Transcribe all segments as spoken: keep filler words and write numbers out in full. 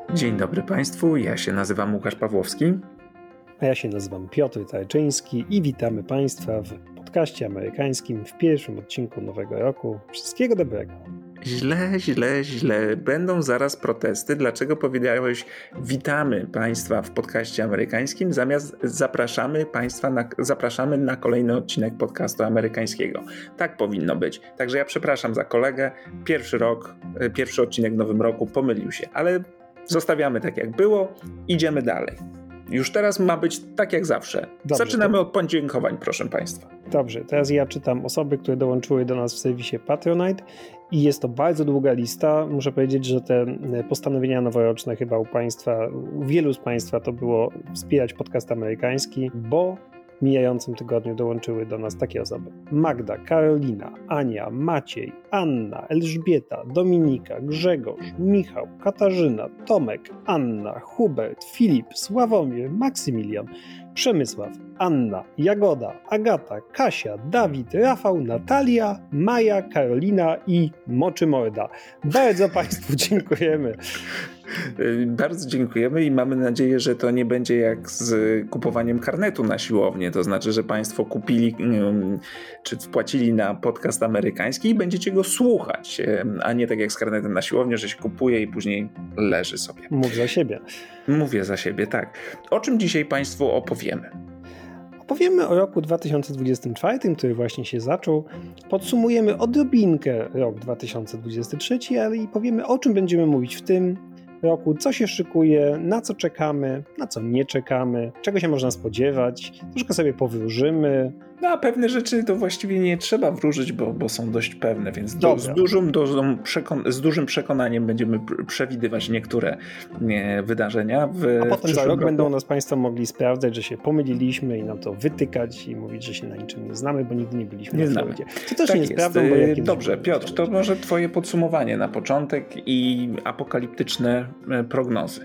Dzień dobry Państwu, ja się nazywam Łukasz Pawłowski. A ja się nazywam Piotr Tajczyński i witamy Państwa w podcaście amerykańskim w pierwszym odcinku nowego roku. Wszystkiego dobrego. Źle, źle, źle. Będą zaraz protesty. Dlaczego powiedziałeś witamy Państwa w podcaście amerykańskim zamiast zapraszamy Państwa na, zapraszamy na kolejny odcinek podcastu amerykańskiego. Tak powinno być. Także ja przepraszam za kolegę. Pierwszy rok, pierwszy odcinek w nowym roku pomylił się, ale zostawiamy tak jak było. Idziemy dalej. Już teraz ma być tak jak zawsze. Dobrze, Zaczynamy to... od podziękowań, proszę Państwa. Dobrze, teraz ja czytam osoby, które dołączyły do nas w serwisie Patronite i jest to bardzo długa lista. Muszę powiedzieć, że te postanowienia noworoczne chyba u Państwa, u wielu z Państwa to było wspierać podcast amerykański, bo w mijającym tygodniu dołączyły do nas takie osoby: Magda, Karolina, Ania, Maciej, Anna, Elżbieta, Dominika, Grzegorz, Michał, Katarzyna, Tomek, Anna, Hubert, Filip, Sławomir, Maksymilian, Przemysław, Anna, Jagoda, Agata, Kasia, Dawid, Rafał, Natalia, Maja, Karolina i Moczy Morda. Bardzo Państwu dziękujemy. Bardzo dziękujemy i mamy nadzieję, że to nie będzie jak z kupowaniem karnetu na siłownię. To znaczy, że Państwo kupili czy wpłacili na podcast amerykański i będziecie go słuchać, a nie tak jak z karnetem na siłownię, że się kupuje i później leży sobie. Mów za siebie. Mówię za siebie, tak. O czym dzisiaj Państwu opowiemy? Opowiemy o roku dwa tysiące dwudziestym czwartym, który właśnie się zaczął. Podsumujemy odrobinkę rok dwa tysiące dwudziesty trzeci, ale i powiemy, o czym będziemy mówić w tym roku, co się szykuje, na co czekamy, na co nie czekamy, czego się można spodziewać, troszkę sobie powróżymy. No a pewne rzeczy to właściwie nie trzeba wróżyć, bo, bo są dość pewne, więc do, z, dużym, dozą przekon- z dużym przekonaniem będziemy przewidywać niektóre nie, wydarzenia. W, a potem za rok roku będą nas Państwo mogli sprawdzać, że się pomyliliśmy i nam to wytykać i mówić, że się na niczym nie znamy, bo nigdy nie byliśmy nie na znamy. To też tak nie jest prawdą, bo jakie Dobrze, Piotr, to może Twoje podsumowanie na początek i apokaliptyczne prognozy.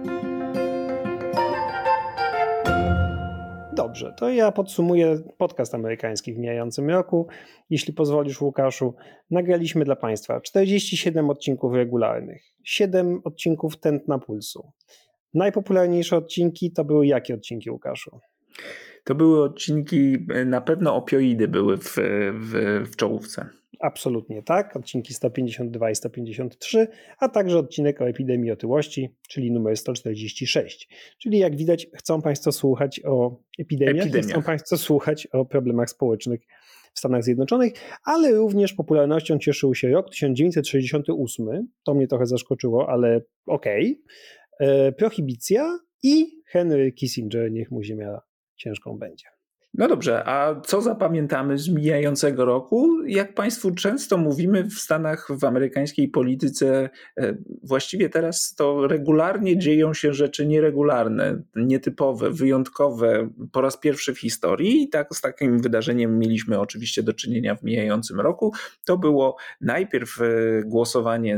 Dobrze, to ja podsumuję podcast amerykański w mijającym roku. Jeśli pozwolisz, Łukaszu, nagraliśmy dla Państwa czterdzieści siedem odcinków regularnych, siedem odcinków Tętna Pulsu. Najpopularniejsze odcinki to były jakie odcinki, Łukaszu? To były odcinki, na pewno opioidy były w, w, w czołówce. Absolutnie tak, odcinki sto pięćdziesiąt dwa i sto pięćdziesiąt trzy, a także odcinek o epidemii otyłości, czyli numer sto czterdzieści sześć. Czyli jak widać, chcą Państwo słuchać o epidemiach, epidemiach. chcą Państwo słuchać o problemach społecznych w Stanach Zjednoczonych, ale również popularnością cieszył się rok tysiąc dziewięćset sześćdziesiąty ósmy, to mnie trochę zaskoczyło, ale okej, okay. Prohibicja i Henry Kissinger, niech mu ziemia ciężką będzie. No dobrze, a co zapamiętamy z mijającego roku? Jak Państwu często mówimy w Stanach, w amerykańskiej polityce, właściwie teraz to regularnie dzieją się rzeczy nieregularne, nietypowe, wyjątkowe, po raz pierwszy w historii i tak z takim wydarzeniem mieliśmy oczywiście do czynienia w mijającym roku. To było najpierw głosowanie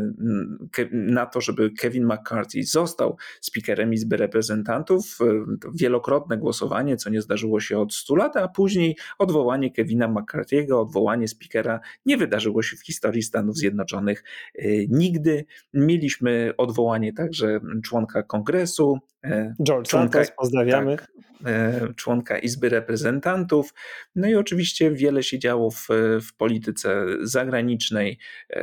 na to, żeby Kevin McCarthy został speakerem Izby Reprezentantów, wielokrotne głosowanie, co nie zdarzyło się od stu lat, a później odwołanie Kevina McCarthy'ego, odwołanie speakera nie wydarzyło się w historii Stanów Zjednoczonych nigdy. Mieliśmy odwołanie także członka Kongresu, George członka, Santos, pozdrawiamy. Tak, członka Izby Reprezentantów. No i oczywiście wiele się działo w, w polityce zagranicznej.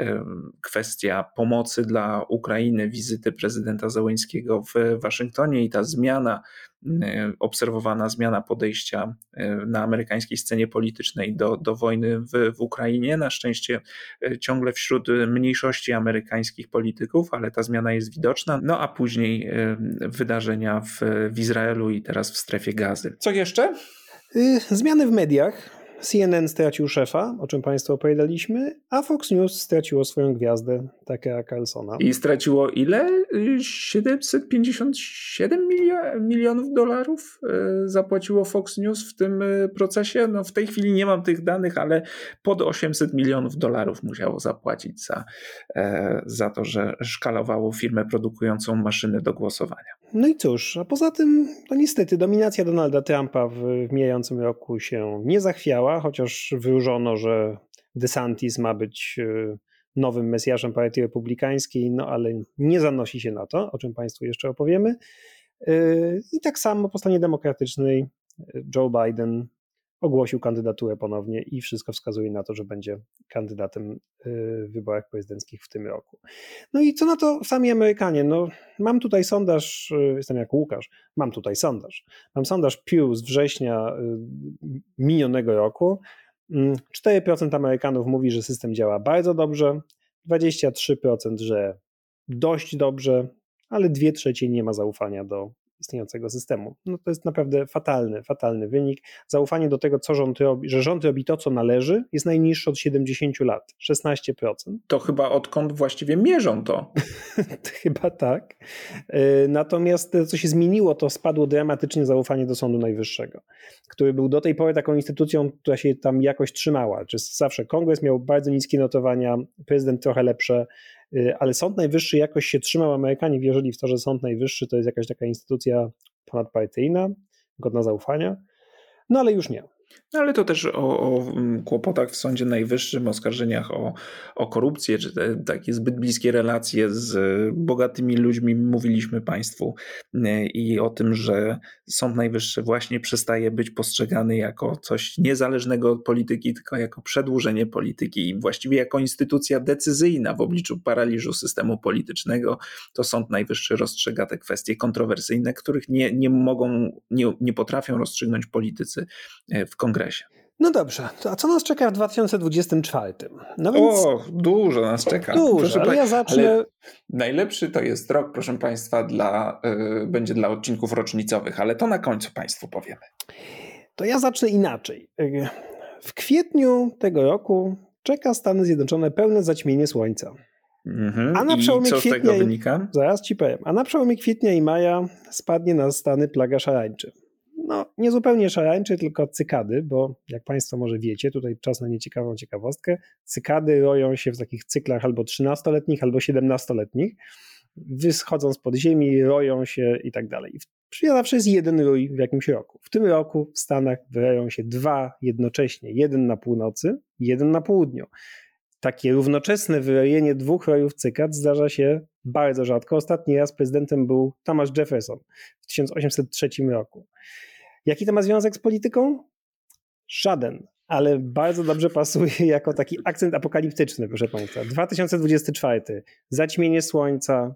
Kwestia pomocy dla Ukrainy, wizyty prezydenta Zełenskiego w Waszyngtonie i ta zmiana, obserwowana zmiana podejścia na amerykańskiej scenie politycznej do, do wojny w, w Ukrainie. Na szczęście ciągle wśród mniejszości amerykańskich polityków, ale ta zmiana jest widoczna. No a później wydarzenia w, w Izraelu i teraz w strefie Gazy. Co jeszcze? Zmiany w mediach. C N N stracił szefa, o czym Państwu opowiadaliśmy, a Fox News straciło swoją gwiazdę, Tuckera Carlsona. I straciło ile? siedemset pięćdziesiąt siedem milionów dolarów zapłaciło Fox News w tym procesie. No w tej chwili nie mam tych danych, ale pod osiemset milionów dolarów musiało zapłacić za, za to, że szkalowało firmę produkującą maszyny do głosowania. No i cóż, a poza tym, no niestety, dominacja Donalda Trumpa w, w mijającym roku się nie zachwiała, chociaż wyróżono, że DeSantis ma być nowym mesjaszem partii republikańskiej, no ale nie zanosi się na to, o czym Państwu jeszcze opowiemy. I tak samo po stronie demokratycznej Joe Biden ogłosił kandydaturę ponownie i wszystko wskazuje na to, że będzie kandydatem w wyborach prezydenckich w tym roku. No i co na to sami Amerykanie? No, mam tutaj sondaż, jestem jak Łukasz, mam tutaj sondaż. Mam sondaż Pew z września minionego roku. cztery procent Amerykanów mówi, że system działa bardzo dobrze, dwadzieścia trzy procent, że dość dobrze, ale dwie trzecie nie ma zaufania do istniejącego systemu. No to jest naprawdę fatalny, fatalny wynik. Zaufanie do tego, co rząd robi, że rząd robi to, co należy, jest najniższe od siedemdziesięciu lat, szesnaście procent. To chyba odkąd właściwie mierzą to. Chyba tak. Natomiast to, co się zmieniło, to spadło dramatycznie zaufanie do Sądu Najwyższego, który był do tej pory taką instytucją, która się tam jakoś trzymała. Czy zawsze Kongres miał bardzo niskie notowania, prezydent trochę lepsze, ale Sąd Najwyższy jakoś się trzymał. Amerykanie wierzyli w to, że Sąd Najwyższy to jest jakaś taka instytucja ponadpartyjna, godna zaufania, no ale już nie. No ale to też o, o kłopotach w Sądzie Najwyższym, oskarżeniach o, o korupcję, czy te takie zbyt bliskie relacje z bogatymi ludźmi mówiliśmy Państwu i o tym, że Sąd Najwyższy właśnie przestaje być postrzegany jako coś niezależnego od polityki, tylko jako przedłużenie polityki i właściwie jako instytucja decyzyjna w obliczu paraliżu systemu politycznego. To Sąd Najwyższy rozstrzyga te kwestie kontrowersyjne, których nie, nie mogą, nie, nie potrafią rozstrzygnąć politycy w Kongresie. No dobrze, a co nas czeka w dwa tysiące dwudziestym czwartym? No więc o, dużo nas czeka. Dużo, proszę ale ja zacznę... Ale najlepszy to jest rok, proszę Państwa, dla, yy, będzie dla odcinków rocznicowych, ale to na końcu Państwu powiemy. To ja zacznę inaczej. W kwietniu tego roku czeka Stany Zjednoczone pełne zaćmienie słońca. Mm-hmm. A na przełomie I co kwietnia, z tego wynika? Zaraz Ci powiem. A na przełomie kwietnia i maja spadnie na Stany plaga szarańczy. No, nie zupełnie szarańczy, tylko cykady, bo jak Państwo może wiecie, tutaj czas na nieciekawą ciekawostkę, cykady roją się w takich cyklach albo trzynastoletnich, albo siedemnastoletnich, wyschodzą spod ziemi, roją się i tak dalej. Zawsze jest jeden rój w jakimś roku. W tym roku w Stanach wyroją się dwa jednocześnie, jeden na północy, jeden na południu. Takie równoczesne wyrojenie dwóch rojów cykad zdarza się bardzo rzadko. Ostatni raz prezydentem był Thomas Jefferson w tysiąc osiemset trzecim roku. Jaki to ma związek z polityką? Żaden, ale bardzo dobrze pasuje jako taki akcent apokaliptyczny, proszę Państwa. dwa tysiące dwudziesty czwarty. Zaćmienie słońca,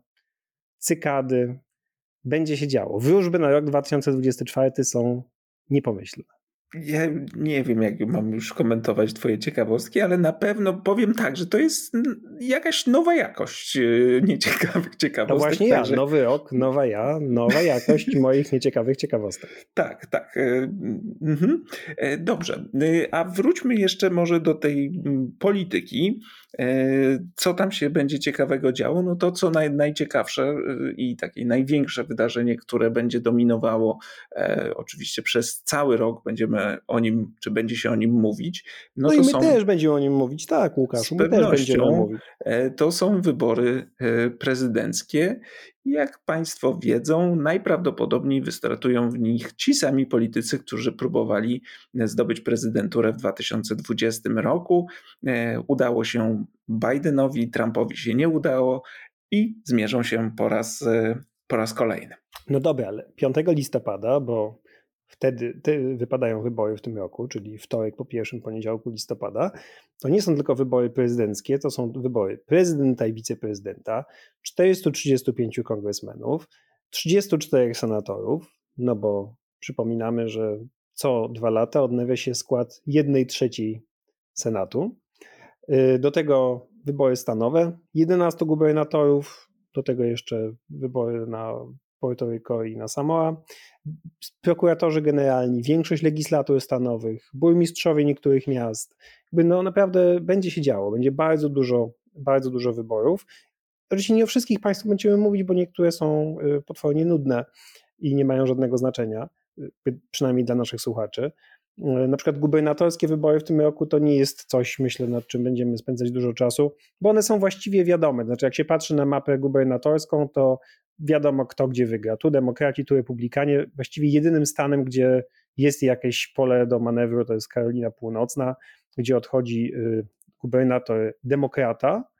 cykady. Będzie się działo. Wróżby na rok dwa tysiące dwudziesty czwarty są niepomyślne. Ja nie wiem, jak mam już komentować twoje ciekawostki, ale na pewno powiem tak, że to jest jakaś nowa jakość nieciekawych ciekawostek. To właśnie ja, także... nowy rok, nowa ja, nowa jakość moich nieciekawych ciekawostek. Tak, tak. Mhm. Dobrze, a wróćmy jeszcze może do tej polityki. Co tam się będzie ciekawego działo? No to, co naj, najciekawsze i takie największe wydarzenie, które będzie dominowało e, oczywiście przez cały rok, będziemy o nim, czy będzie się o nim mówić. No, no to i my są, też będziemy o nim mówić, tak Łukaszu, my też będziemy mówić. To są wybory prezydenckie. Jak Państwo wiedzą, najprawdopodobniej wystartują w nich ci sami politycy, którzy próbowali zdobyć prezydenturę w dwa tysiące dwudziestym roku. Udało się Bidenowi, Trumpowi się nie udało i zmierzą się po raz, po raz kolejny. No dobra, ale piątego listopada, bo wtedy wypadają wybory w tym roku, czyli wtorek po pierwszym poniedziałku listopada, to nie są tylko wybory prezydenckie, to są wybory prezydenta i wiceprezydenta, czterystu trzydziestu pięciu kongresmenów, trzydziestu czterech senatorów, no bo przypominamy, że co dwa lata odnawia się skład jednej trzeciej Senatu. Do tego wybory stanowe, jedenastu gubernatorów, do tego jeszcze wybory na Puerto Rico i na Samoa, prokuratorzy generalni, większość legislatur stanowych, burmistrzowie niektórych miast. Jakby no naprawdę będzie się działo, będzie bardzo dużo, bardzo dużo wyborów. Oczywiście nie o wszystkich Państwu będziemy mówić, bo niektóre są potwornie nudne i nie mają żadnego znaczenia, przynajmniej dla naszych słuchaczy. Na przykład gubernatorskie wybory w tym roku to nie jest coś, myślę, nad czym będziemy spędzać dużo czasu, bo one są właściwie wiadome. Znaczy jak się patrzy na mapę gubernatorską, to wiadomo kto gdzie wygra. Tu demokraci, tu republikanie. Właściwie jedynym stanem, gdzie jest jakieś pole do manewru, to jest Karolina Północna, gdzie odchodzi gubernator demokrata,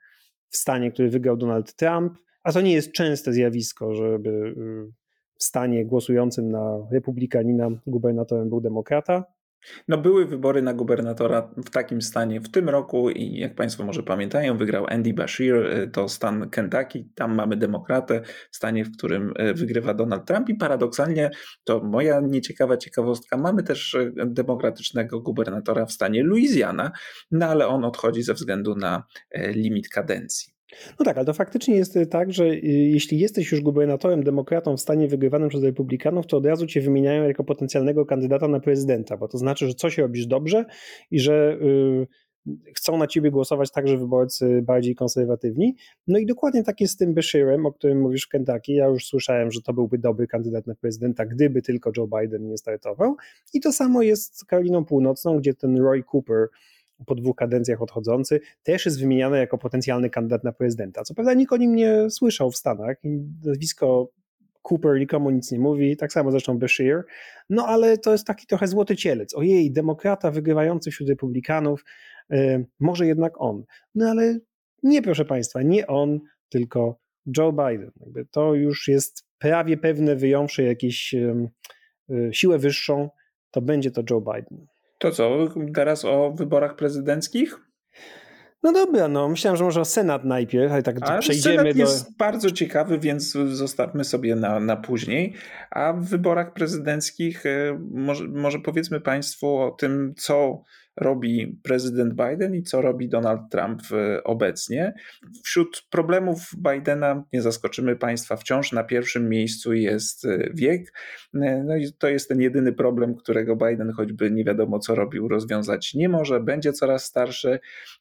w stanie, który wygrał Donald Trump, a to nie jest częste zjawisko, żeby w stanie głosującym na republikanina gubernatorem był demokrata. No były wybory na gubernatora w takim stanie w tym roku i jak Państwo może pamiętają, wygrał Andy Bashir, to stan Kentucky, tam mamy demokratę, w stanie, w którym wygrywa Donald Trump i paradoksalnie, to moja nieciekawa ciekawostka, mamy też demokratycznego gubernatora w stanie Louisiana, no ale on odchodzi ze względu na limit kadencji. No tak, ale to faktycznie jest tak, że jeśli jesteś już gubernatorem demokratą w stanie wygrywanym przez republikanów, to od razu cię wymieniają jako potencjalnego kandydata na prezydenta, bo to znaczy, że coś robisz dobrze i że yy, chcą na ciebie głosować także wyborcy bardziej konserwatywni. No i dokładnie tak jest z tym Bashirem, o którym mówisz w Kentucky. Ja już słyszałem, że to byłby dobry kandydat na prezydenta, gdyby tylko Joe Biden nie startował. I to samo jest z Karoliną Północną, gdzie ten Roy Cooper, po dwóch kadencjach odchodzący, też jest wymieniany jako potencjalny kandydat na prezydenta. Co prawda nikt o nim nie słyszał w Stanach. Nazwisko Cooper nikomu nic nie mówi, tak samo zresztą Bashir, no ale to jest taki trochę złoty cielec. Ojej, demokrata wygrywający wśród republikanów, yy, może jednak on. No ale nie, proszę Państwa, nie on, tylko Joe Biden. Jakby to już jest prawie pewne, wyjąwszy jakąś yy, yy, siłę wyższą, to będzie to Joe Biden. To co, teraz o wyborach prezydenckich? No dobra, no myślałem, że może o Senat najpierw, ale tak A przejdziemy Senat do... jest bardzo ciekawy, więc zostawmy sobie na, na później. A w wyborach prezydenckich może, może powiedzmy Państwu o tym, co robi prezydent Biden i co robi Donald Trump obecnie. Wśród problemów Bidena, nie zaskoczymy Państwa, wciąż na pierwszym miejscu jest wiek. No i to jest ten jedyny problem, którego Biden, choćby nie wiadomo co robił, rozwiązać nie może, będzie coraz starszy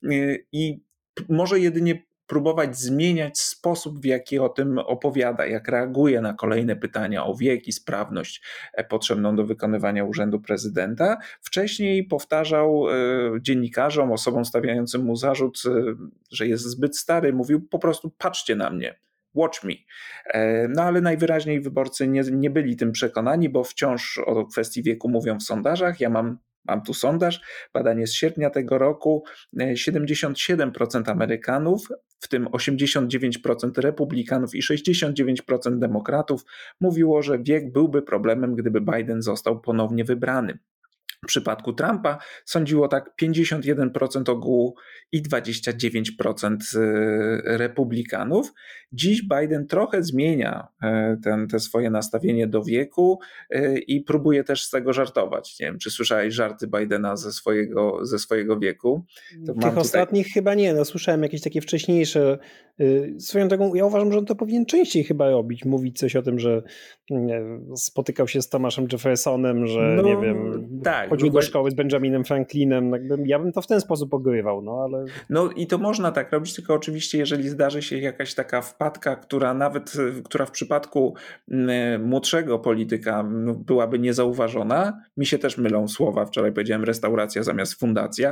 i może jedynie próbować zmieniać sposób, w jaki o tym opowiada, jak reaguje na kolejne pytania o wiek i sprawność potrzebną do wykonywania urzędu prezydenta. Wcześniej powtarzał dziennikarzom, osobom stawiającym mu zarzut, że jest zbyt stary, mówił po prostu patrzcie na mnie. Watch me. No ale najwyraźniej wyborcy nie, nie byli tym przekonani, bo wciąż o kwestii wieku mówią w sondażach. Ja mam Mam tu sondaż, badanie z sierpnia tego roku. siedemdziesiąt siedem procent Amerykanów, w tym osiemdziesiąt dziewięć procent republikanów i sześćdziesiąt dziewięć procent demokratów mówiło, że wiek byłby problemem, gdyby Biden został ponownie wybrany. W przypadku Trumpa sądziło tak pięćdziesiąt jeden procent ogółu i dwadzieścia dziewięć procent republikanów. Dziś Biden trochę zmienia ten, te swoje nastawienie do wieku i próbuje też z tego żartować. Nie wiem, czy słyszałeś żarty Bidena ze swojego, ze swojego wieku? To Tych tutaj... ostatnich chyba nie, no słyszałem jakieś takie wcześniejsze. Swoją drogą, ja uważam, że on to powinien częściej chyba robić, mówić coś o tym, że nie, spotykał się z Thomaszem Jeffersonem, że no, nie wiem, tak, chodził do szkoły z Benjaminem Franklinem, ja bym to w ten sposób ogrywał, no ale... No i to można tak robić, tylko oczywiście jeżeli zdarzy się jakaś taka wpadka, która nawet, która w przypadku młodszego polityka byłaby niezauważona, mi się też mylą słowa, wczoraj powiedziałem restauracja zamiast fundacja,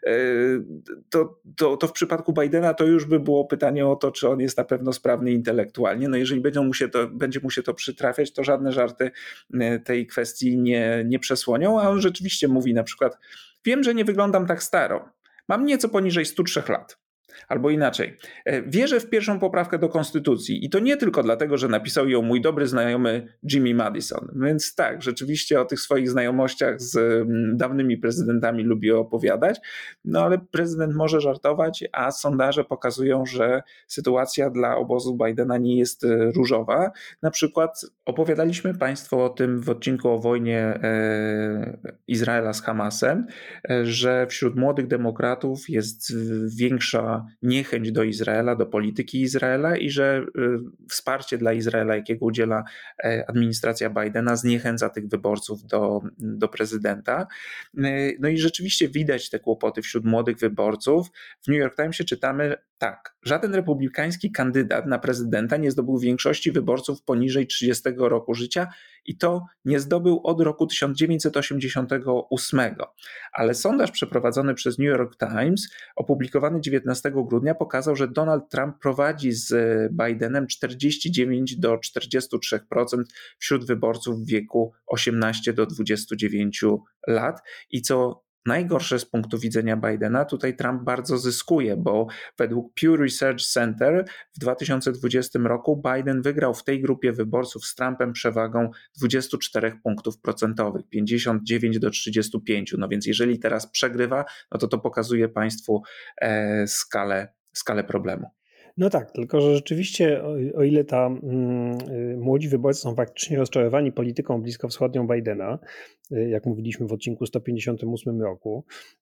to, to, to w przypadku Bidena to już by było pytanie o to, czy on jest na pewno sprawny intelektualnie. No jeżeli będą mu się to, będzie mu się to przytrafiać, to żadne żarty tej kwestii nie, nie przesłonią, a on rzeczywiście mówi na przykład, wiem, że nie wyglądam tak staro, mam nieco poniżej stu trzech lat. Albo inaczej, wierzę w pierwszą poprawkę do konstytucji i to nie tylko dlatego, że napisał ją mój dobry znajomy Jimmy Madison. Więc tak, rzeczywiście o tych swoich znajomościach z dawnymi prezydentami lubi opowiadać, no ale prezydent może żartować, a sondaże pokazują, że sytuacja dla obozu Bidena nie jest różowa. Na przykład opowiadaliśmy Państwu o tym w odcinku o wojnie Izraela z Hamasem, że wśród młodych demokratów jest większa niechęć do Izraela, do polityki Izraela i że wsparcie dla Izraela, jakiego udziela administracja Bidena, zniechęca tych wyborców do, do prezydenta. No i rzeczywiście widać te kłopoty wśród młodych wyborców. W New York Timesie czytamy tak, żaden republikański kandydat na prezydenta nie zdobył większości wyborców poniżej trzydziestego roku życia i to nie zdobył od roku tysiąc dziewięćset osiemdziesiątego ósmego. Ale sondaż przeprowadzony przez New York Times, opublikowany dziewiętnastego grudnia, pokazał, że Donald Trump prowadzi z Bidenem czterdzieści dziewięć do czterdziestu trzech procent wśród wyborców w wieku osiemnaście do dwudziestu dziewięciu lat i co najgorsze z punktu widzenia Bidena. Tutaj Trump bardzo zyskuje, bo według Pew Research Center w dwa tysiące dwudziestym roku Biden wygrał w tej grupie wyborców z Trumpem przewagą dwadzieścia cztery punktów procentowych, pięćdziesiąt dziewięć do trzydziestu pięciu. No więc jeżeli teraz przegrywa, no to to pokazuje państwu e, skalę, skalę problemu. No tak, tylko że rzeczywiście o, o ile ta mm, młodzi wyborcy są faktycznie rozczarowani polityką bliskowschodnią Bidena, jak mówiliśmy w odcinku sto pięćdziesiątym ósmym roku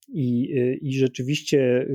i, i rzeczywiście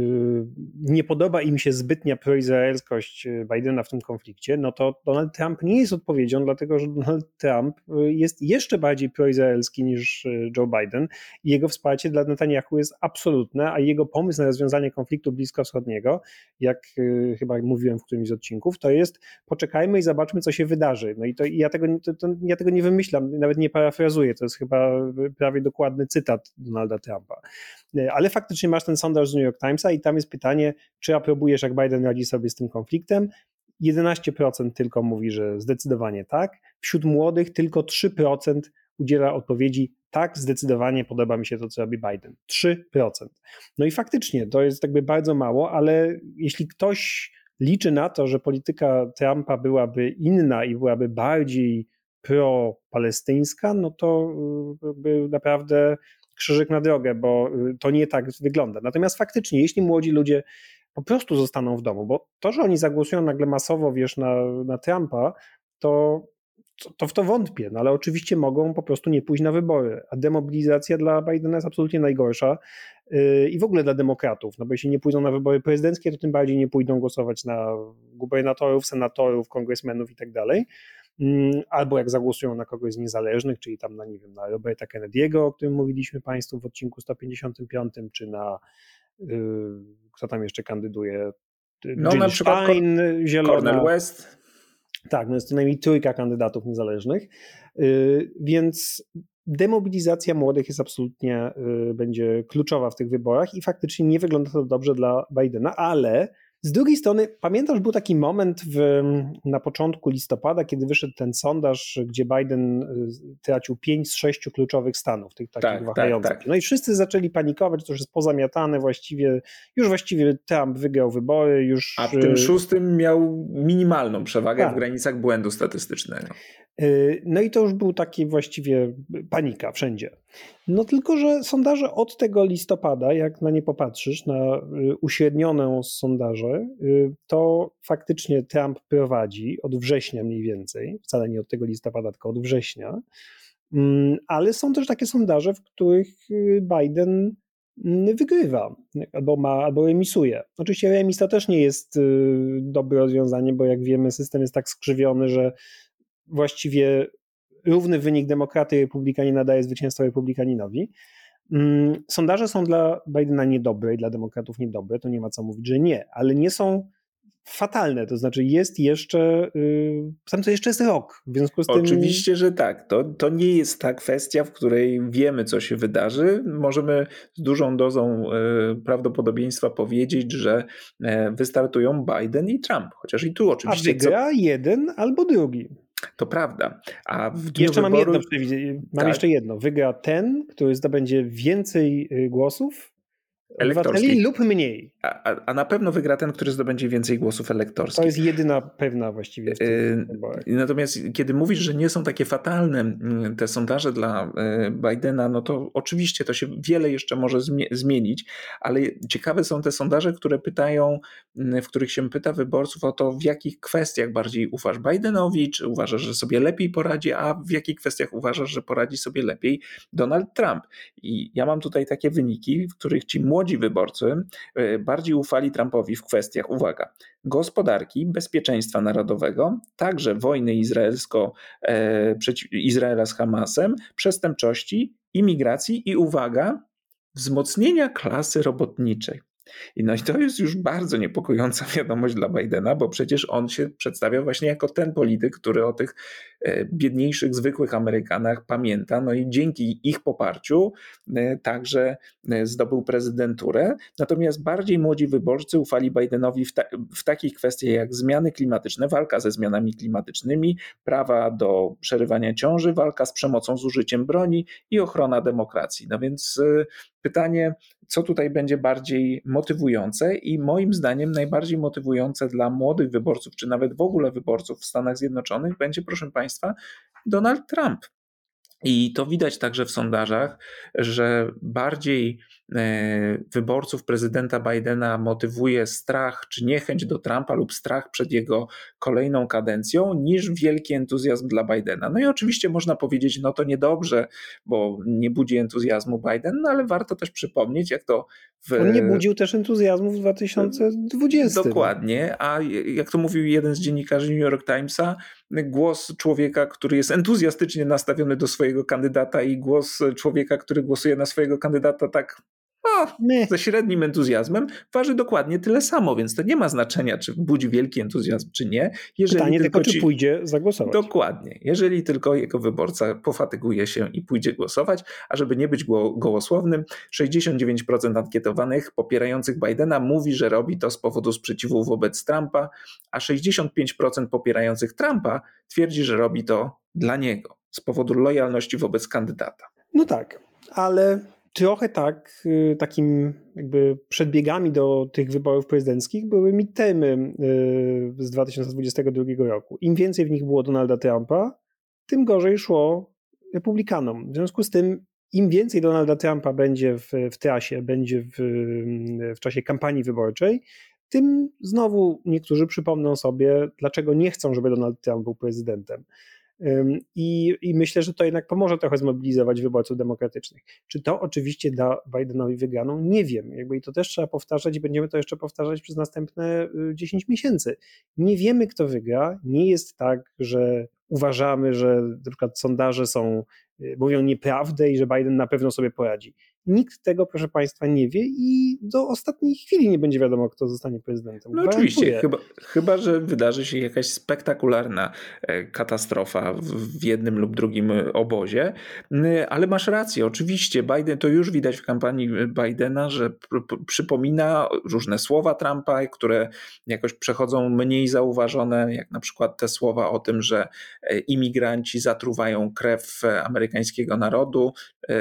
nie podoba im się zbytnia proizraelskość Bidena w tym konflikcie, no to Donald Trump nie jest odpowiedzią, dlatego że Donald Trump jest jeszcze bardziej proizraelski niż Joe Biden i jego wsparcie dla Netanyahu jest absolutne, a jego pomysł na rozwiązanie konfliktu bliskowschodniego, jak chyba mówiłem w którymś z odcinków, to jest poczekajmy i zobaczmy, co się wydarzy. No i to ja tego, to, to, ja tego nie wymyślam, nawet nie parafrazuję, to jest chyba prawie dokładny cytat Donalda Trumpa. Ale faktycznie masz ten sondaż z New York Timesa i tam jest pytanie, czy aprobujesz, jak Biden radzi sobie z tym konfliktem? jedenaście procent tylko mówi, że zdecydowanie tak. Wśród młodych tylko trzy procent udziela odpowiedzi tak, zdecydowanie podoba mi się to, co robi Biden. trzy procent. No i faktycznie to jest jakby bardzo mało, ale jeśli ktoś liczy na to, że polityka Trumpa byłaby inna i byłaby bardziej pro-palestyńska, no to jakby naprawdę krzyżyk na drogę, bo to nie tak wygląda. Natomiast faktycznie, jeśli młodzi ludzie po prostu zostaną w domu, bo to, że oni zagłosują nagle masowo, wiesz, na, na Trumpa, to, to w to wątpię, no ale oczywiście mogą po prostu nie pójść na wybory, a demobilizacja dla Bidena jest absolutnie najgorsza yy, i w ogóle dla demokratów, no bo jeśli nie pójdą na wybory prezydenckie, to tym bardziej nie pójdą głosować na gubernatorów, senatorów, kongresmenów i tak dalej. Albo jak zagłosują na kogoś z niezależnych, czyli tam na, nie wiem, na Roberta Kennedy'ego, o którym mówiliśmy Państwu w odcinku sto pięćdziesiątym piątym, czy na yy, kto tam jeszcze kandyduje? No Jill na przykład Stein, Zielona. Cornel West. Tak, no jest co najmniej trójka kandydatów niezależnych, yy, więc demobilizacja młodych jest absolutnie, yy, będzie kluczowa w tych wyborach i faktycznie nie wygląda to dobrze dla Bidena, ale z drugiej strony, pamiętasz, był taki moment w, na początku listopada, kiedy wyszedł ten sondaż, gdzie Biden tracił pięć z sześciu kluczowych stanów, tych takich tak, wahających. tak, tak. No i wszyscy zaczęli panikować, to już jest pozamiatane właściwie, już właściwie Trump wygrał wybory, już... A w tym szóstym miał minimalną przewagę tak. w granicach błędu statystycznego. No i to już był taki właściwie panika wszędzie. No tylko, że sondaże od tego listopada, jak na nie popatrzysz, na uśrednione sondaże, to faktycznie Trump prowadzi od września mniej więcej, wcale nie od tego listopada, tylko od września, ale są też takie sondaże, w których Biden wygrywa, albo ma, albo remisuje. Oczywiście remis to też nie jest dobre rozwiązanie, bo jak wiemy, system jest tak skrzywiony, że właściwie równy wynik demokraty i republikanina daje zwycięstwo republikaninowi. Sondaże są dla Bidena niedobre i dla demokratów niedobre, to nie ma co mówić, że nie, ale nie są fatalne, to znaczy jest jeszcze, sam to jeszcze jest rok, w związku z tym... Oczywiście, że tak, to, to nie jest ta kwestia, w której wiemy, co się wydarzy. Możemy z dużą dozą prawdopodobieństwa powiedzieć, że wystartują Biden i Trump, chociaż i tu oczywiście... A wygra co... jeden albo drugi. To prawda. A w dniu jeszcze wyboru... mam jedno przewidzenie. Mam tak. jeszcze jedno. Wygra ten, który zdobędzie więcej głosów obywateli lub mniej. A, a, a na pewno wygra ten, który zdobędzie więcej głosów elektorskich. To jest jedyna pewna właściwie w tych wyborach. Natomiast kiedy mówisz, że nie są takie fatalne te sondaże dla Bidena, no to oczywiście to się wiele jeszcze może zmienić, ale ciekawe są te sondaże, które pytają, w których się pyta wyborców o to, w jakich kwestiach bardziej ufasz Bidenowi, czy uważasz, że sobie lepiej poradzi, a w jakich kwestiach uważasz, że poradzi sobie lepiej Donald Trump. I ja mam tutaj takie wyniki, w których ci młodzi wyborcy bardziej ufali Trumpowi w kwestiach, uwaga, gospodarki, bezpieczeństwa narodowego, także wojny izraelsko, e, przeciw, Izraela z Hamasem, przestępczości, imigracji i uwaga, wzmocnienia klasy robotniczej. I no i to jest już bardzo niepokojąca wiadomość dla Bidena, bo przecież on się przedstawia właśnie jako ten polityk, który o tych biedniejszych, zwykłych Amerykanach pamięta, no i dzięki ich poparciu także zdobył prezydenturę. Natomiast bardziej młodzi wyborcy ufali Bidenowi w, ta, w takich kwestiach jak zmiany klimatyczne, walka ze zmianami klimatycznymi, prawa do przerywania ciąży, walka z przemocą z użyciem broni i ochrona demokracji. No więc pytanie, co tutaj będzie bardziej motywujące i moim zdaniem najbardziej motywujące dla młodych wyborców, czy nawet w ogóle wyborców w Stanach Zjednoczonych będzie, proszę Państwa, Donald Trump. I to widać także w sondażach, że bardziej wyborców prezydenta Bidena motywuje strach czy niechęć do Trumpa lub strach przed jego kolejną kadencją niż wielki entuzjazm dla Bidena. No i oczywiście można powiedzieć, no to niedobrze, bo nie budzi entuzjazmu Biden, no ale warto też przypomnieć, jak to w... On nie budził też entuzjazmu w dwa tysiące dwudziestym. Dokładnie, a jak to mówił jeden z dziennikarzy New York Timesa, głos człowieka, który jest entuzjastycznie nastawiony do swojego kandydata i głos człowieka, który głosuje na swojego kandydata tak o, ze średnim entuzjazmem, waży dokładnie tyle samo, więc to nie ma znaczenia, czy budzi wielki entuzjazm, czy nie. Jeżeli Pytanie tylko, tylko, czy ci... pójdzie zagłosować. Dokładnie. Jeżeli tylko jego wyborca pofatyguje się i pójdzie głosować, a żeby nie być go- gołosłownym, sześćdziesiąt dziewięć procent ankietowanych popierających Bidena mówi, że robi to z powodu sprzeciwu wobec Trumpa, a sześćdziesiąt pięć procent popierających Trumpa twierdzi, że robi to dla niego, z powodu lojalności wobec kandydata. No tak, ale trochę tak, takim jakby przedbiegami do tych wyborów prezydenckich były midtermy z dwa tysiące dwudziestego drugiego roku. Im więcej w nich było Donalda Trumpa, tym gorzej szło republikanom. W związku z tym im więcej Donalda Trumpa będzie w, w trasie, będzie w, w czasie kampanii wyborczej, tym znowu niektórzy przypomną sobie, dlaczego nie chcą, żeby Donald Trump był prezydentem. I, I myślę, że to jednak pomoże trochę zmobilizować wyborców demokratycznych. Czy to oczywiście da Bidenowi wygraną? Nie wiem. Jakby i to też trzeba powtarzać i będziemy to jeszcze powtarzać przez następne dziesięć miesięcy. Nie wiemy, kto wygra. Nie jest tak, że uważamy, że na przykład sondaże są, mówią nieprawdę i że Biden na pewno sobie poradzi. Nikt tego, proszę Państwa, nie wie i do ostatniej chwili nie będzie wiadomo, kto zostanie prezydentem. No oczywiście, chyba, chyba że wydarzy się jakaś spektakularna katastrofa w jednym lub drugim obozie, ale masz rację, oczywiście Biden, to już widać w kampanii Bidena, że pr- pr- przypomina różne słowa Trumpa, które jakoś przechodzą mniej zauważone, jak na przykład te słowa o tym, że imigranci zatruwają krew amerykańskiego narodu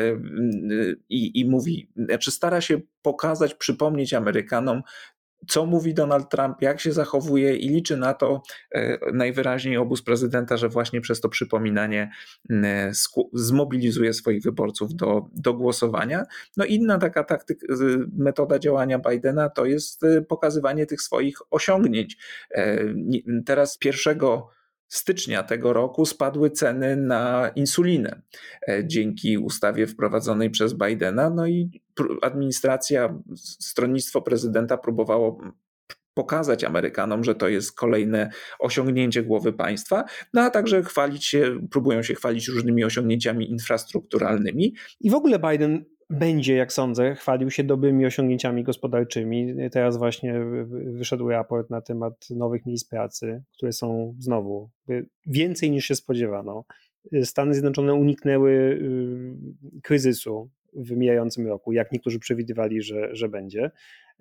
i, i mówi, znaczy stara się pokazać, przypomnieć Amerykanom, co mówi Donald Trump, jak się zachowuje i liczy na to najwyraźniej obóz prezydenta, że właśnie przez to przypominanie zmobilizuje swoich wyborców do, do głosowania. No inna taka taktyka, metoda działania Bidena to jest pokazywanie tych swoich osiągnięć. Teraz pierwszego stycznia tego roku spadły ceny na insulinę dzięki ustawie wprowadzonej przez Bidena, no i administracja, stronnictwo prezydenta próbowało pokazać Amerykanom, że to jest kolejne osiągnięcie głowy państwa, no a także chwalić się, próbują się chwalić różnymi osiągnięciami infrastrukturalnymi. I w ogóle Biden będzie, jak sądzę, chwalił się dobrymi osiągnięciami gospodarczymi. Teraz właśnie wyszedł raport na temat nowych miejsc pracy, które są znowu więcej niż się spodziewano. Stany Zjednoczone uniknęły kryzysu w mijającym roku, jak niektórzy przewidywali, że, że będzie.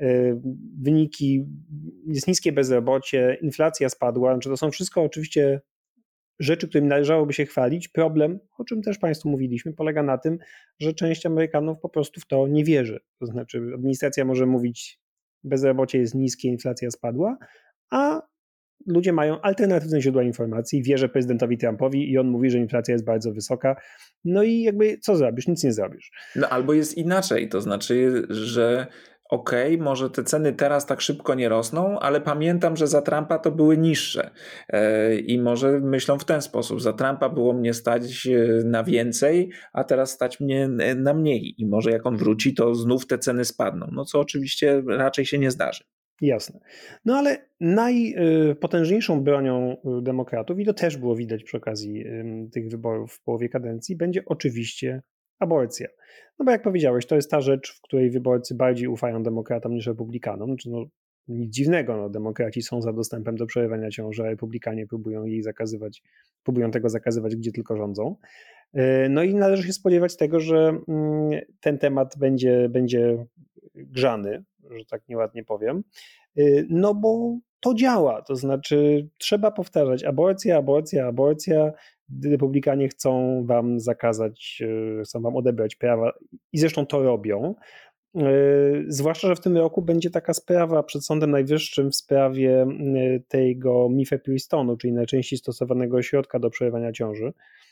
Wyniki, jest niskie bezrobocie, inflacja spadła, znaczy to są wszystko oczywiście rzeczy, którymi należałoby się chwalić. Problem, o czym też Państwu mówiliśmy, polega na tym, że część Amerykanów po prostu w to nie wierzy. To znaczy administracja może mówić, bezrobocie jest niskie, inflacja spadła, a ludzie mają alternatywne źródła informacji, wierzę prezydentowi Trumpowi i on mówi, że inflacja jest bardzo wysoka. No i jakby co zrobisz? Nic nie zrobisz. No albo jest inaczej, to znaczy, że okej, okay, może te ceny teraz tak szybko nie rosną, ale pamiętam, że za Trumpa to były niższe i może myślą w ten sposób, za Trumpa było mnie stać na więcej, a teraz stać mnie na mniej i może jak on wróci, to znów te ceny spadną, no co oczywiście raczej się nie zdarzy. Jasne. No ale najpotężniejszą bronią demokratów, i to też było widać przy okazji tych wyborów w połowie kadencji, będzie oczywiście aborcja. No bo jak powiedziałeś, to jest ta rzecz, w której wyborcy bardziej ufają demokratom niż republikanom. Znaczy, no, nic dziwnego, no, demokraci są za dostępem do przerywania ciąży, a republikanie próbują jej zakazywać, próbują tego zakazywać, gdzie tylko rządzą. No i należy się spodziewać tego, że ten temat będzie, będzie grzany, że tak nieładnie powiem, no bo to działa, to znaczy trzeba powtarzać aborcja, aborcja, aborcja, republikanie chcą wam zakazać, chcą wam odebrać prawa i zresztą to robią. Zwłaszcza, że w tym roku będzie taka sprawa przed Sądem Najwyższym w sprawie tego mifepristonu, czyli najczęściej stosowanego środka do przerywania ciąży,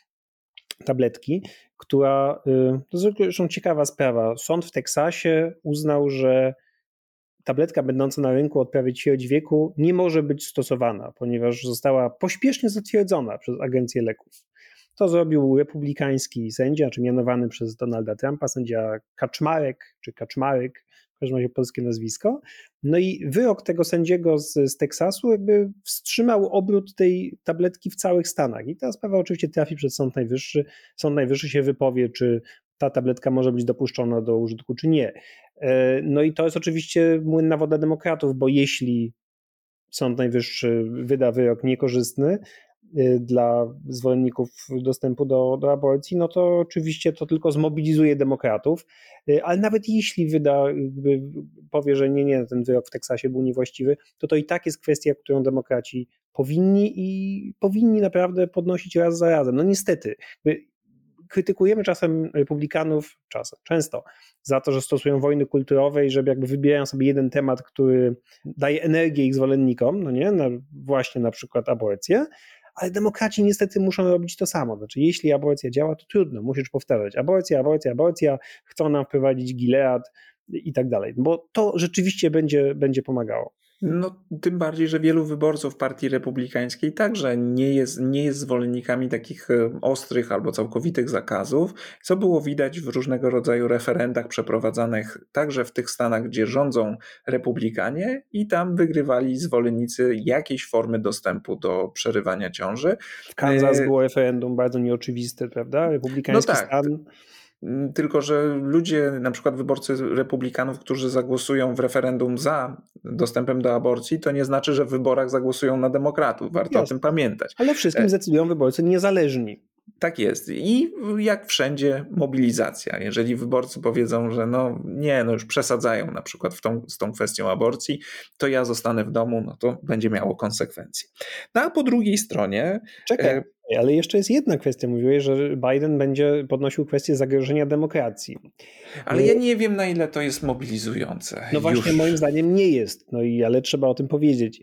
tabletki, która, to jest zresztą ciekawa sprawa, sąd w Teksasie uznał, że tabletka będąca na rynku od prawie ćwierć wieku nie może być stosowana, ponieważ została pośpiesznie zatwierdzona przez Agencję Leków. To zrobił republikański sędzia, czy mianowany przez Donalda Trumpa, sędzia Kaczmarek, czy Kaczmarek, w każdym razie polskie nazwisko. No i wyrok tego sędziego z, z Teksasu jakby wstrzymał obrót tej tabletki w całych Stanach. I ta sprawa oczywiście trafi przed Sąd Najwyższy. Sąd Najwyższy się wypowie, czy ta tabletka może być dopuszczona do użytku, czy nie. No i to jest oczywiście młyn na wodę demokratów, bo jeśli Sąd Najwyższy wyda wyrok niekorzystny dla zwolenników dostępu do, do aborcji, no to oczywiście to tylko zmobilizuje demokratów, ale nawet jeśli wyda, powie, że nie, nie, ten wyrok w Teksasie był niewłaściwy, to to i tak jest kwestia, którą demokraci powinni i powinni naprawdę podnosić raz za razem. No niestety, krytykujemy czasem republikanów, czasem, często, za to, że stosują wojny kulturowe i że jakby wybierają sobie jeden temat, który daje energię ich zwolennikom, no nie, na, właśnie na przykład aborcję, ale demokraci niestety muszą robić to samo. Znaczy, jeśli aborcja działa, to trudno, musisz powtarzać aborcja, aborcja, aborcja, chcą nam wprowadzić Gilead i tak dalej, bo to rzeczywiście będzie, będzie pomagało. No, tym bardziej, że wielu wyborców partii republikańskiej także nie jest, nie jest zwolennikami takich ostrych albo całkowitych zakazów, co było widać w różnego rodzaju referendach przeprowadzanych także w tych stanach, gdzie rządzą republikanie i tam wygrywali zwolennicy jakiejś formy dostępu do przerywania ciąży. W Kansas było referendum bardzo nieoczywiste, prawda? Republikański no tak. stan. Tylko że ludzie, na przykład wyborcy republikanów, którzy zagłosują w referendum za dostępem do aborcji, to nie znaczy, że w wyborach zagłosują na demokratów. Warto Jasne. o tym pamiętać. Ale wszystkim zdecydują wyborcy niezależni. Tak jest. I jak wszędzie mobilizacja. Jeżeli wyborcy powiedzą, że no nie, no już przesadzają na przykład w tą, z tą kwestią aborcji, to ja zostanę w domu, no to będzie miało konsekwencje. No a po drugiej stronie... Czekaj, e... ale jeszcze jest jedna kwestia. Mówiłeś, że Biden będzie podnosił kwestię zagrożenia demokracji. Ale ja nie wiem, na ile to jest mobilizujące. No właśnie, już. moim zdaniem nie jest, no i ale trzeba o tym powiedzieć.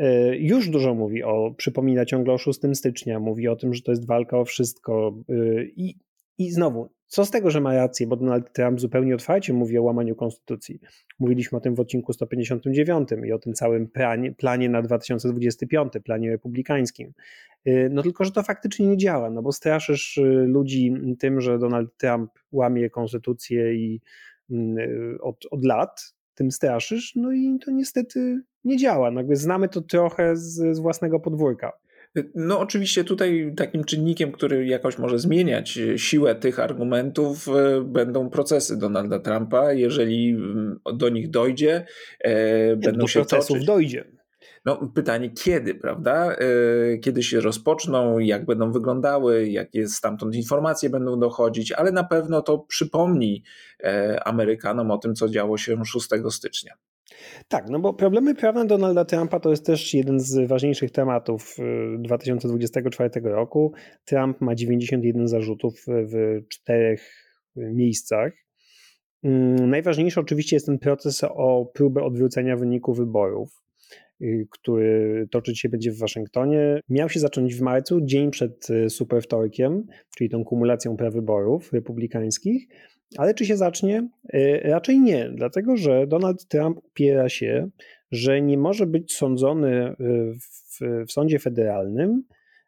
Już dużo mówi o, przypomina ciągle o szóstego stycznia, mówi o tym, że to jest walka o wszystko i, i znowu, co z tego, że ma rację, bo Donald Trump zupełnie otwarcie mówi o łamaniu konstytucji. Mówiliśmy o tym w odcinku sto pięćdziesiątym dziewiątym i o tym całym planie, planie na dwa tysiące dwudziesty piąty, planie republikańskim. No tylko, że to faktycznie nie działa, no bo straszysz ludzi tym, że Donald Trump łamie konstytucję i od, od lat tym straszysz, no i to niestety nie działa. No jakby znamy to trochę z, z własnego podwórka. No oczywiście tutaj takim czynnikiem, który jakoś może zmieniać siłę tych argumentów, będą procesy Donalda Trumpa. Jeżeli do nich dojdzie, Nie, będą do się procesów toczyć. dojdzie. No pytanie kiedy, prawda? Kiedy się rozpoczną, jak będą wyglądały, jakie stamtąd informacje będą dochodzić, ale na pewno to przypomni Amerykanom o tym, co działo się szóstego stycznia. Tak, no bo problemy prawne Donalda Trumpa to jest też jeden z ważniejszych tematów dwa tysiące dwudziestego czwartego roku. Trump ma dziewięćdziesiąt jeden zarzutów w czterech miejscach. Najważniejszy oczywiście jest ten proces o próbę odwrócenia wyniku wyborów, który toczyć się będzie w Waszyngtonie. Miał się zacząć w marcu, dzień przed superwtorkiem, czyli tą kumulacją prawyborów republikańskich. Ale czy się zacznie? Raczej nie, dlatego że Donald Trump upiera się, że nie może być sądzony w, w sądzie federalnym,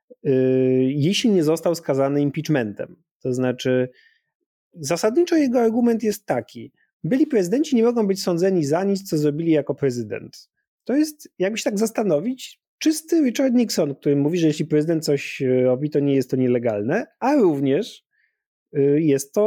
jeśli nie został skazany impeachmentem. To znaczy, zasadniczo jego argument jest taki: byli prezydenci nie mogą być sądzeni za nic, co zrobili jako prezydent. To jest, jakby się tak zastanowić, czysty Richard Nixon, który mówi, że jeśli prezydent coś robi, to nie jest to nielegalne, a również jest to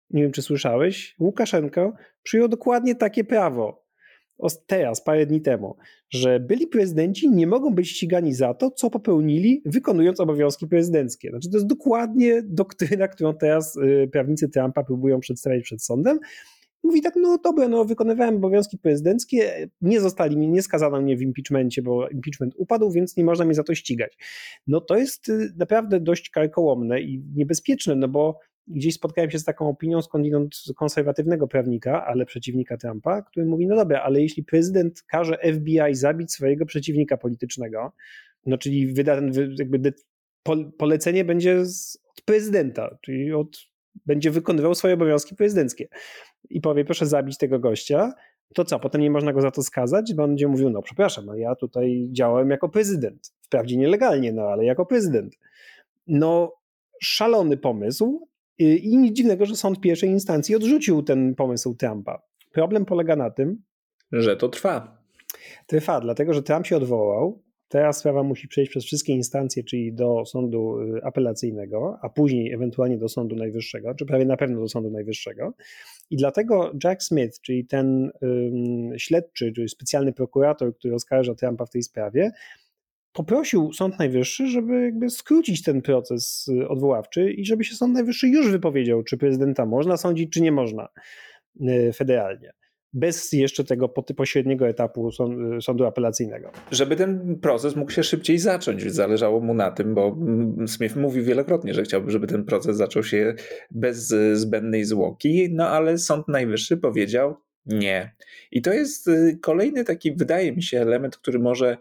nie wiem czy słyszałeś, Łukaszenko przyjął dokładnie takie prawo teraz, parę dni temu, że byli prezydenci nie mogą być ścigani za to, co popełnili, wykonując obowiązki prezydenckie. Znaczy to jest dokładnie doktryna, którą teraz prawnicy Trumpa próbują przedstawiać przed sądem. Mówi tak, no dobra, no wykonywałem obowiązki prezydenckie, nie zostali mnie, nie skazano mnie w impeachmencie, bo impeachment upadł, więc nie można mnie za to ścigać. No to jest naprawdę dość karkołomne i niebezpieczne, no bo gdzieś spotkałem się z taką opinią skądinąd konserwatywnego prawnika, ale przeciwnika Trumpa, który mówi, no dobra, ale jeśli prezydent każe F B I zabić swojego przeciwnika politycznego, no czyli wyda, jakby de, polecenie będzie z, od prezydenta, czyli od, będzie wykonywał swoje obowiązki prezydenckie i powie, proszę zabić tego gościa, to co, potem nie można go za to skazać? Bo on będzie mówił, no przepraszam, no ja tutaj działałem jako prezydent, wprawdzie nielegalnie, no ale jako prezydent. No szalony pomysł i nic dziwnego, że sąd pierwszej instancji odrzucił ten pomysł Trumpa. Problem polega na tym, że to trwa. Trwa, dlatego że Trump się odwołał, teraz sprawa musi przejść przez wszystkie instancje, czyli do sądu apelacyjnego, a później ewentualnie do sądu najwyższego, czy prawie na pewno do sądu najwyższego. I dlatego Jack Smith, czyli ten um, śledczy, czyli specjalny prokurator, który oskarża Trumpa w tej sprawie, poprosił Sąd Najwyższy, żeby jakby skrócić ten proces odwoławczy i żeby się Sąd Najwyższy już wypowiedział, czy prezydenta można sądzić, czy nie można federalnie. Bez jeszcze tego pośredniego etapu sądu apelacyjnego. Żeby ten proces mógł się szybciej zacząć, zależało mu na tym, bo Smith mówił wielokrotnie, że chciałby, żeby ten proces zaczął się bez zbędnej zwłoki, no ale Sąd Najwyższy powiedział nie. I to jest kolejny taki, wydaje mi się, element, który może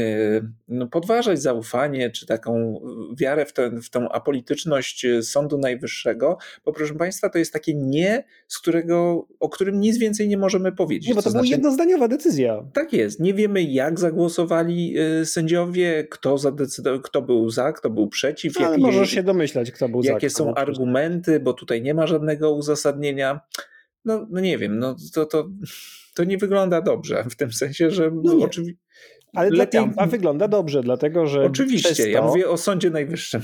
no, podważać zaufanie, czy taką wiarę w, ten, w tą apolityczność Sądu Najwyższego, bo proszę Państwa, to jest takie nie, z którego, o którym nic więcej nie możemy powiedzieć. Nie, bo to, to była znaczy, jednozdaniowa decyzja. Tak jest. Nie wiemy, jak zagłosowali sędziowie, kto, zadecydował, kto był za, kto był przeciw. Ale jakie, możesz się domyślać, kto był jakie za. Jakie są argumenty, bo tutaj nie ma żadnego uzasadnienia. No, no nie wiem, no to, to, to nie wygląda dobrze, w tym sensie, że no oczywiście. Ale lepiej... dla Trumpa wygląda dobrze, dlatego że. Oczywiście, to... ja mówię o Sądzie Najwyższym.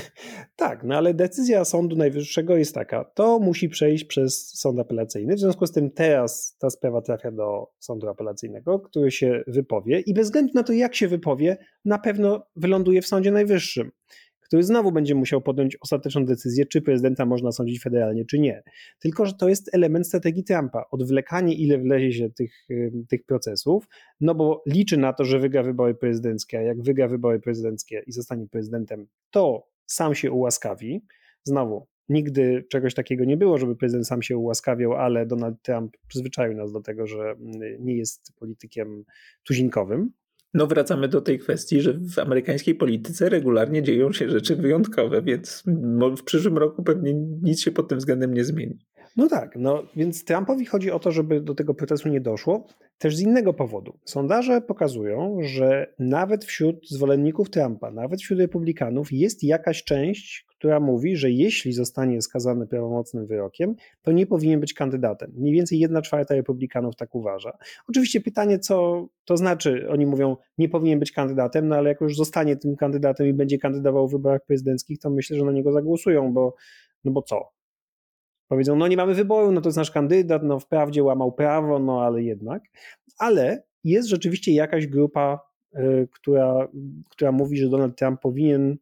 Tak, no ale decyzja Sądu Najwyższego jest taka, to musi przejść przez sąd apelacyjny, w związku z tym teraz ta sprawa trafia do sądu apelacyjnego, który się wypowie i bez względu na to, jak się wypowie, na pewno wyląduje w Sądzie Najwyższym, który znowu będzie musiał podjąć ostateczną decyzję, czy prezydenta można sądzić federalnie, czy nie. Tylko że to jest element strategii Trumpa. Odwlekanie, ile wlezie się tych, tych procesów, no bo liczy na to, że wygra wybory prezydenckie, a jak wygra wybory prezydenckie i zostanie prezydentem, to sam się ułaskawi. Znowu, nigdy czegoś takiego nie było, żeby prezydent sam się ułaskawiał, ale Donald Trump przyzwyczaił nas do tego, że nie jest politykiem tuzinkowym. No wracamy do tej kwestii, że w amerykańskiej polityce regularnie dzieją się rzeczy wyjątkowe, więc w przyszłym roku pewnie nic się pod tym względem nie zmieni. No tak, no więc Trumpowi chodzi o to, żeby do tego procesu nie doszło, też z innego powodu. Sondaże pokazują, że nawet wśród zwolenników Trumpa, nawet wśród republikanów jest jakaś część, która mówi, że jeśli zostanie skazany prawomocnym wyrokiem, to nie powinien być kandydatem. Mniej więcej jedna czwarta republikanów tak uważa. Oczywiście pytanie, co to znaczy, oni mówią, nie powinien być kandydatem, no ale jak już zostanie tym kandydatem i będzie kandydował w wyborach prezydenckich, to myślę, że na niego zagłosują, bo no bo co? Powiedzą, no nie mamy wyboru, no to jest nasz kandydat, no wprawdzie łamał prawo, no ale jednak. Ale jest rzeczywiście jakaś grupa, y, która, która mówi, że Donald Trump powinien,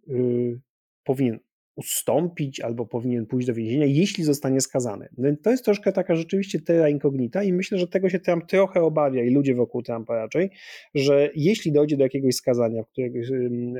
y, powinien ustąpić albo powinien pójść do więzienia, jeśli zostanie skazany. No to jest troszkę taka rzeczywiście terra incognita i myślę, że tego się Trump trochę obawia i ludzie wokół Trumpa raczej, że jeśli dojdzie do jakiegoś skazania w, któregoś,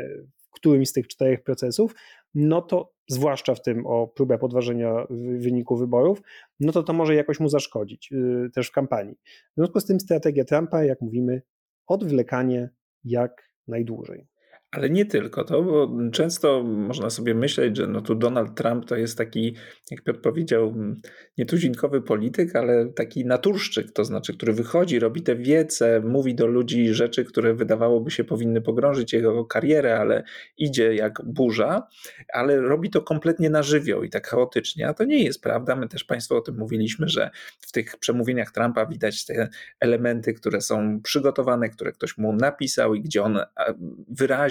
w którymś z tych czterech procesów, no to zwłaszcza w tym o próbę podważenia wyniku wyborów, no to to może jakoś mu zaszkodzić yy, też w kampanii. W związku z tym strategia Trumpa, jak mówimy, odwlekanie jak najdłużej. Ale nie tylko to, bo często można sobie myśleć, że no tu Donald Trump to jest taki, jak Piotr powiedział, nietuzinkowy polityk, ale taki naturszczyk, to znaczy, który wychodzi, robi te wiece, mówi do ludzi rzeczy, które wydawałoby się powinny pogrążyć jego karierę, ale idzie jak burza, ale robi to kompletnie na żywioł i tak chaotycznie, a to nie jest prawda. My też Państwu o tym mówiliśmy, że w tych przemówieniach Trumpa widać te elementy, które są przygotowane, które ktoś mu napisał i gdzie on wyraźnie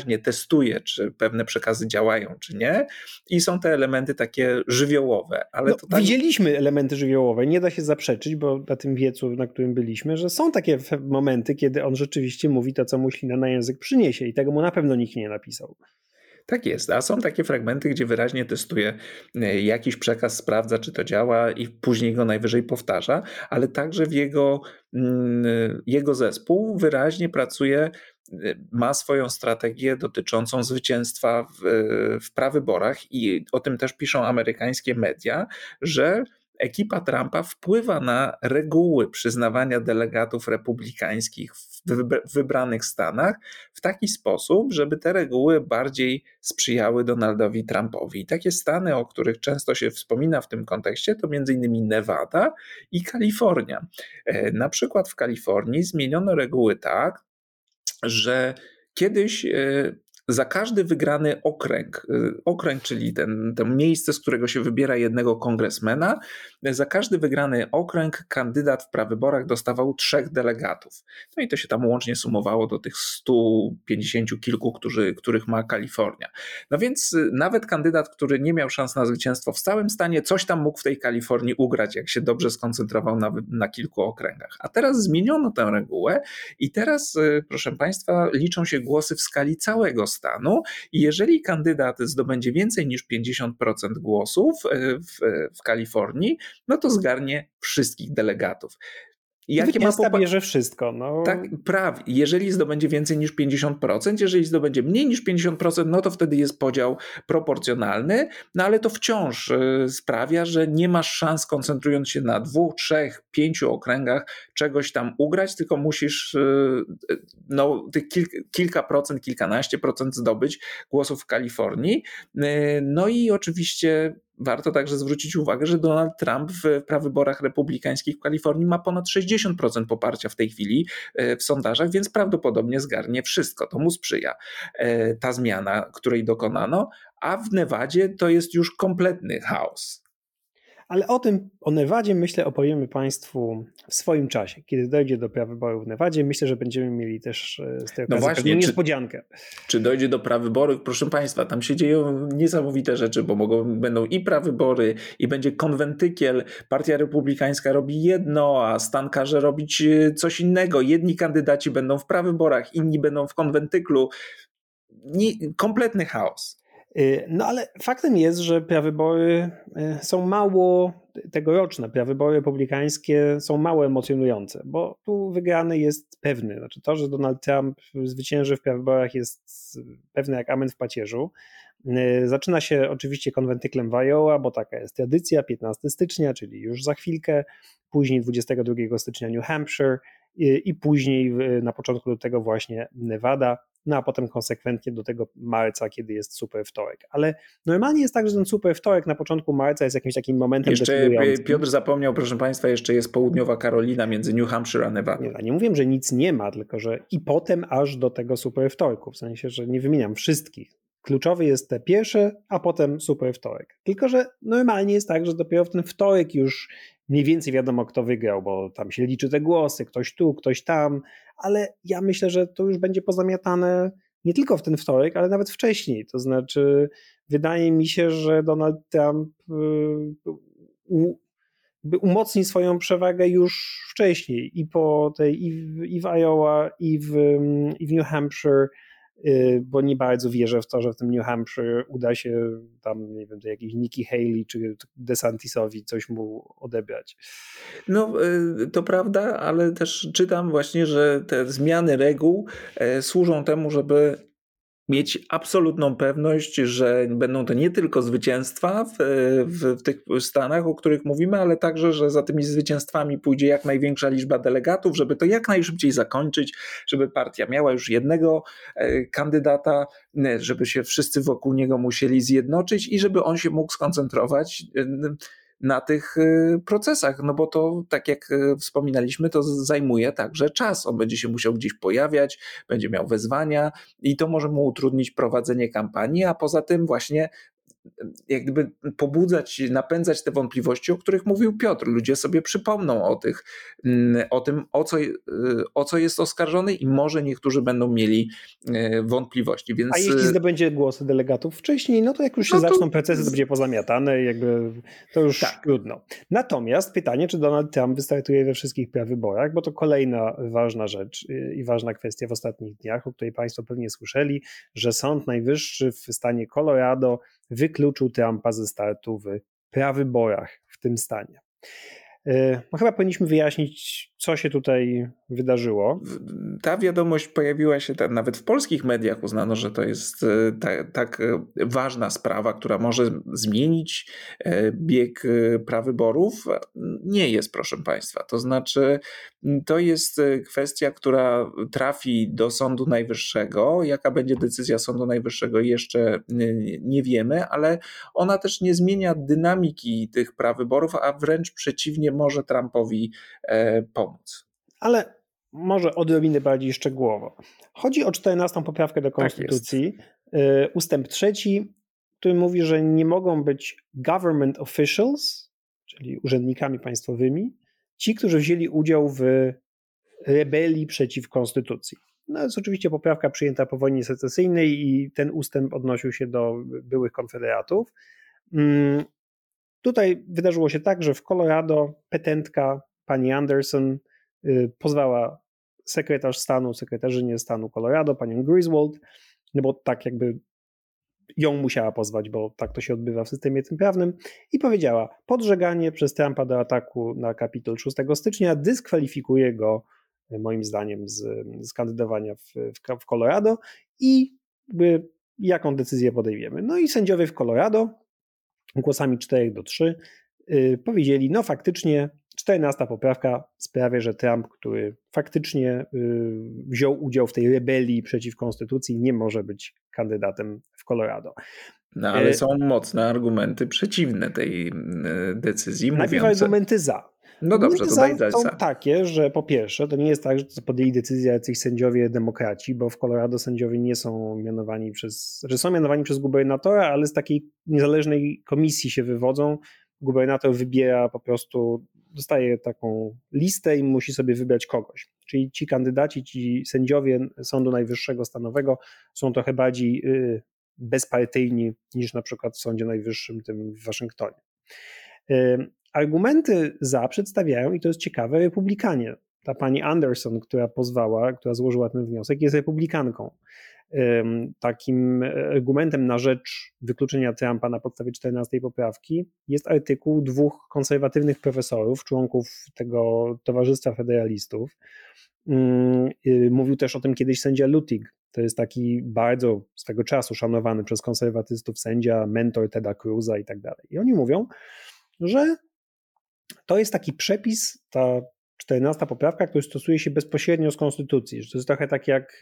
wyraźnie testuje, czy pewne przekazy działają, czy nie. I są te elementy takie żywiołowe. Ale no, to tak... Widzieliśmy elementy żywiołowe, nie da się zaprzeczyć, bo na tym wiecu, na którym byliśmy, że są takie momenty, kiedy on rzeczywiście mówi to, co mu ślina na język przyniesie i tego mu na pewno nikt nie napisał. Tak jest, a są takie fragmenty, gdzie wyraźnie testuje jakiś przekaz, sprawdza, czy to działa i później go najwyżej powtarza, ale także w jego, jego zespół wyraźnie pracuje, ma swoją strategię dotyczącą zwycięstwa w, w prawyborach i o tym też piszą amerykańskie media, że ekipa Trumpa wpływa na reguły przyznawania delegatów republikańskich w wybranych stanach w taki sposób, żeby te reguły bardziej sprzyjały Donaldowi Trumpowi. I takie stany, o których często się wspomina w tym kontekście, to między innymi Nevada i Kalifornia. Na przykład w Kalifornii zmieniono reguły tak, że kiedyś za każdy wygrany okręg, okręg, czyli ten, to miejsce, z którego się wybiera jednego kongresmena, za każdy wygrany okręg kandydat w prawyborach dostawał trzech delegatów. No i to się tam łącznie sumowało do tych stu pięćdziesięciu kilku, którzy, których ma Kalifornia. No więc nawet kandydat, który nie miał szans na zwycięstwo w całym stanie, coś tam mógł w tej Kalifornii ugrać, jak się dobrze skoncentrował na, na kilku okręgach. A teraz zmieniono tę regułę i teraz, proszę Państwa, liczą się głosy w skali całego stanu i jeżeli kandydat zdobędzie więcej niż pięćdziesiąt procent głosów w, w Kalifornii, no to zgarnie wszystkich delegatów. Jakie ma popa- bierze wszystko. No. Tak, prawie. Jeżeli zdobędzie więcej niż pięćdziesiąt procent, jeżeli zdobędzie mniej niż pięćdziesiąt procent, no to wtedy jest podział proporcjonalny, no ale to wciąż sprawia, że nie masz szans, koncentrując się na dwóch, trzech, pięciu okręgach, czegoś tam ugrać, tylko musisz no, tych kilka, kilka procent, kilkanaście procent zdobyć głosów w Kalifornii. No i oczywiście warto także zwrócić uwagę, że Donald Trump w prawyborach republikańskich w Kalifornii ma ponad sześćdziesiąt procent poparcia w tej chwili w sondażach, więc prawdopodobnie zgarnie wszystko. To mu sprzyja ta zmiana, której dokonano, a w Nevadzie to jest już kompletny chaos. Ale o tym, o Nevadzie myślę opowiemy Państwu w swoim czasie. Kiedy dojdzie do prawyborów w Nevadzie, myślę, że będziemy mieli też z tej okazji no właśnie, niespodziankę. Czy, czy dojdzie do prawyborów? Proszę Państwa, tam się dzieją niesamowite rzeczy, bo mogą, będą i prawybory, i będzie konwentykiel. Partia Republikańska robi jedno, a stan każe robić coś innego. Jedni kandydaci będą w prawyborach, inni będą w konwentyklu. Nie, kompletny chaos. No ale faktem jest, że prawybory są mało, tegoroczne prawybory republikańskie są mało emocjonujące, bo tu wygrany jest pewny. Znaczy to, że Donald Trump zwycięży w prawyborach jest pewne jak amen w pacierzu. Zaczyna się oczywiście konwentyklem w Iowa, bo taka jest tradycja, piętnastego stycznia, czyli już za chwilkę, później dwudziestego drugiego stycznia New Hampshire i później na początku lutego właśnie Nevada, no a potem konsekwentnie do tego marca, kiedy jest super wtorek. Ale normalnie jest tak, że ten super wtorek na początku marca jest jakimś takim momentem jeszcze decydującym. Piotr zapomniał, proszę Państwa, jeszcze jest południowa Karolina między New Hampshire a Nevada. Nie, nie mówię, że nic nie ma, tylko że i potem aż do tego super wtorku, w sensie, że nie wymieniam wszystkich. Kluczowy jest te pierwsze, a potem super wtorek. Tylko że normalnie jest tak, że dopiero w ten wtorek już mniej więcej wiadomo, kto wygrał, bo tam się liczy te głosy, ktoś tu, ktoś tam, ale ja myślę, że to już będzie pozamiatane nie tylko w ten wtorek, ale nawet wcześniej. To znaczy wydaje mi się, że Donald Trump umocni swoją przewagę już wcześniej i po tej i w, i w Iowa, i w, i w New Hampshire, bo nie bardzo wierzę w to, że w tym New Hampshire uda się tam, nie wiem, do jakiejś Nikki Haley czy DeSantisowi coś mu odebrać. No to prawda, ale też czytam właśnie, że te zmiany reguł służą temu, żeby mieć absolutną pewność, że będą to nie tylko zwycięstwa w, w, w tych stanach, o których mówimy, ale także, że za tymi zwycięstwami pójdzie jak największa liczba delegatów, żeby to jak najszybciej zakończyć, żeby partia miała już jednego kandydata, żeby się wszyscy wokół niego musieli zjednoczyć i żeby on się mógł skoncentrować na tych procesach, no bo to, tak jak wspominaliśmy, to zajmuje także czas. On będzie się musiał gdzieś pojawiać, będzie miał wezwania i to może mu utrudnić prowadzenie kampanii, a poza tym właśnie jak gdyby pobudzać, napędzać te wątpliwości, o których mówił Piotr. Ludzie sobie przypomną o tych, o tym, o co, o co jest oskarżony i może niektórzy będą mieli wątpliwości. Więc... A jeśli zdobędzie głosy delegatów wcześniej, no to jak już się no to... zaczną procesy, to będzie pozamiatane, jakby to już tak. trudno. Natomiast pytanie, czy Donald Trump wystartuje we wszystkich prawyborach, bo to kolejna ważna rzecz i ważna kwestia w ostatnich dniach, o której Państwo pewnie słyszeli, że Sąd Najwyższy w stanie Colorado wykluczył Trumpa ze startu w prawyborach w tym stanie. No chyba powinniśmy wyjaśnić, co się tutaj wydarzyło. Ta wiadomość pojawiła się tam, nawet w polskich mediach uznano, że to jest tak, tak ważna sprawa, która może zmienić bieg prawyborów. Nie jest, proszę Państwa. To znaczy, to jest kwestia, która trafi do Sądu Najwyższego. Jaka będzie decyzja Sądu Najwyższego, jeszcze nie wiemy, ale ona też nie zmienia dynamiki tych prawyborów, a wręcz przeciwnie, może Trumpowi pomóc. Ale może odrobinę bardziej szczegółowo. Chodzi o czternastą poprawkę do Konstytucji, tak ustęp trzeci, który mówi, że nie mogą być government officials, czyli urzędnikami państwowymi, ci, którzy wzięli udział w rebelii przeciw Konstytucji. No jest oczywiście poprawka przyjęta po wojnie secesyjnej i ten ustęp odnosił się do byłych konfederatów. Tutaj wydarzyło się tak, że w Colorado petentka pani Anderson pozwała sekretarz stanu, sekretarzynię stanu Colorado, panią Griswold, no bo tak jakby ją musiała pozwać, bo tak to się odbywa w systemie tym prawnym, i powiedziała: podżeganie przez Trumpa do ataku na Kapitol szóstego stycznia dyskwalifikuje go moim zdaniem z, z kandydowania w, w, w Colorado i jakby jaką decyzję podejmiemy. No i sędziowie w Colorado głosami cztery do trzech yy, powiedzieli: no faktycznie czternasta poprawka sprawia, że Trump, który faktycznie yy, wziął udział w tej rebelii przeciw konstytucji, nie może być kandydatem w Colorado. No ale są mocne argumenty przeciwne tej decyzji. Najpierw mówiące... argumenty za. No dobrze, to daj są za. takie, że po pierwsze, to nie jest tak, że to podjęli decyzję jacyś sędziowie demokraci, bo w Colorado sędziowie nie są mianowani przez, że są mianowani przez gubernatora, ale z takiej niezależnej komisji się wywodzą. Gubernator wybiera po prostu, dostaje taką listę i musi sobie wybrać kogoś. Czyli ci kandydaci, ci sędziowie Sądu Najwyższego Stanowego są trochę bardziej bezpartyjni niż na przykład w Sądzie Najwyższym, tym w Waszyngtonie. Argumenty za przedstawiają, i to jest ciekawe, republikanie. Ta pani Anderson, która pozwała, która złożyła ten wniosek, jest republikanką. Takim argumentem na rzecz wykluczenia Trumpa na podstawie czternastej poprawki jest artykuł dwóch konserwatywnych profesorów, członków tego Towarzystwa Federalistów. Mówił też o tym kiedyś sędzia Luttig. To jest taki bardzo swego czasu szanowany przez konserwatystów sędzia, mentor Teda Cruza i tak dalej. I oni mówią, że to jest taki przepis, ta czternasta poprawka, który stosuje się bezpośrednio z konstytucji, że to jest trochę tak jak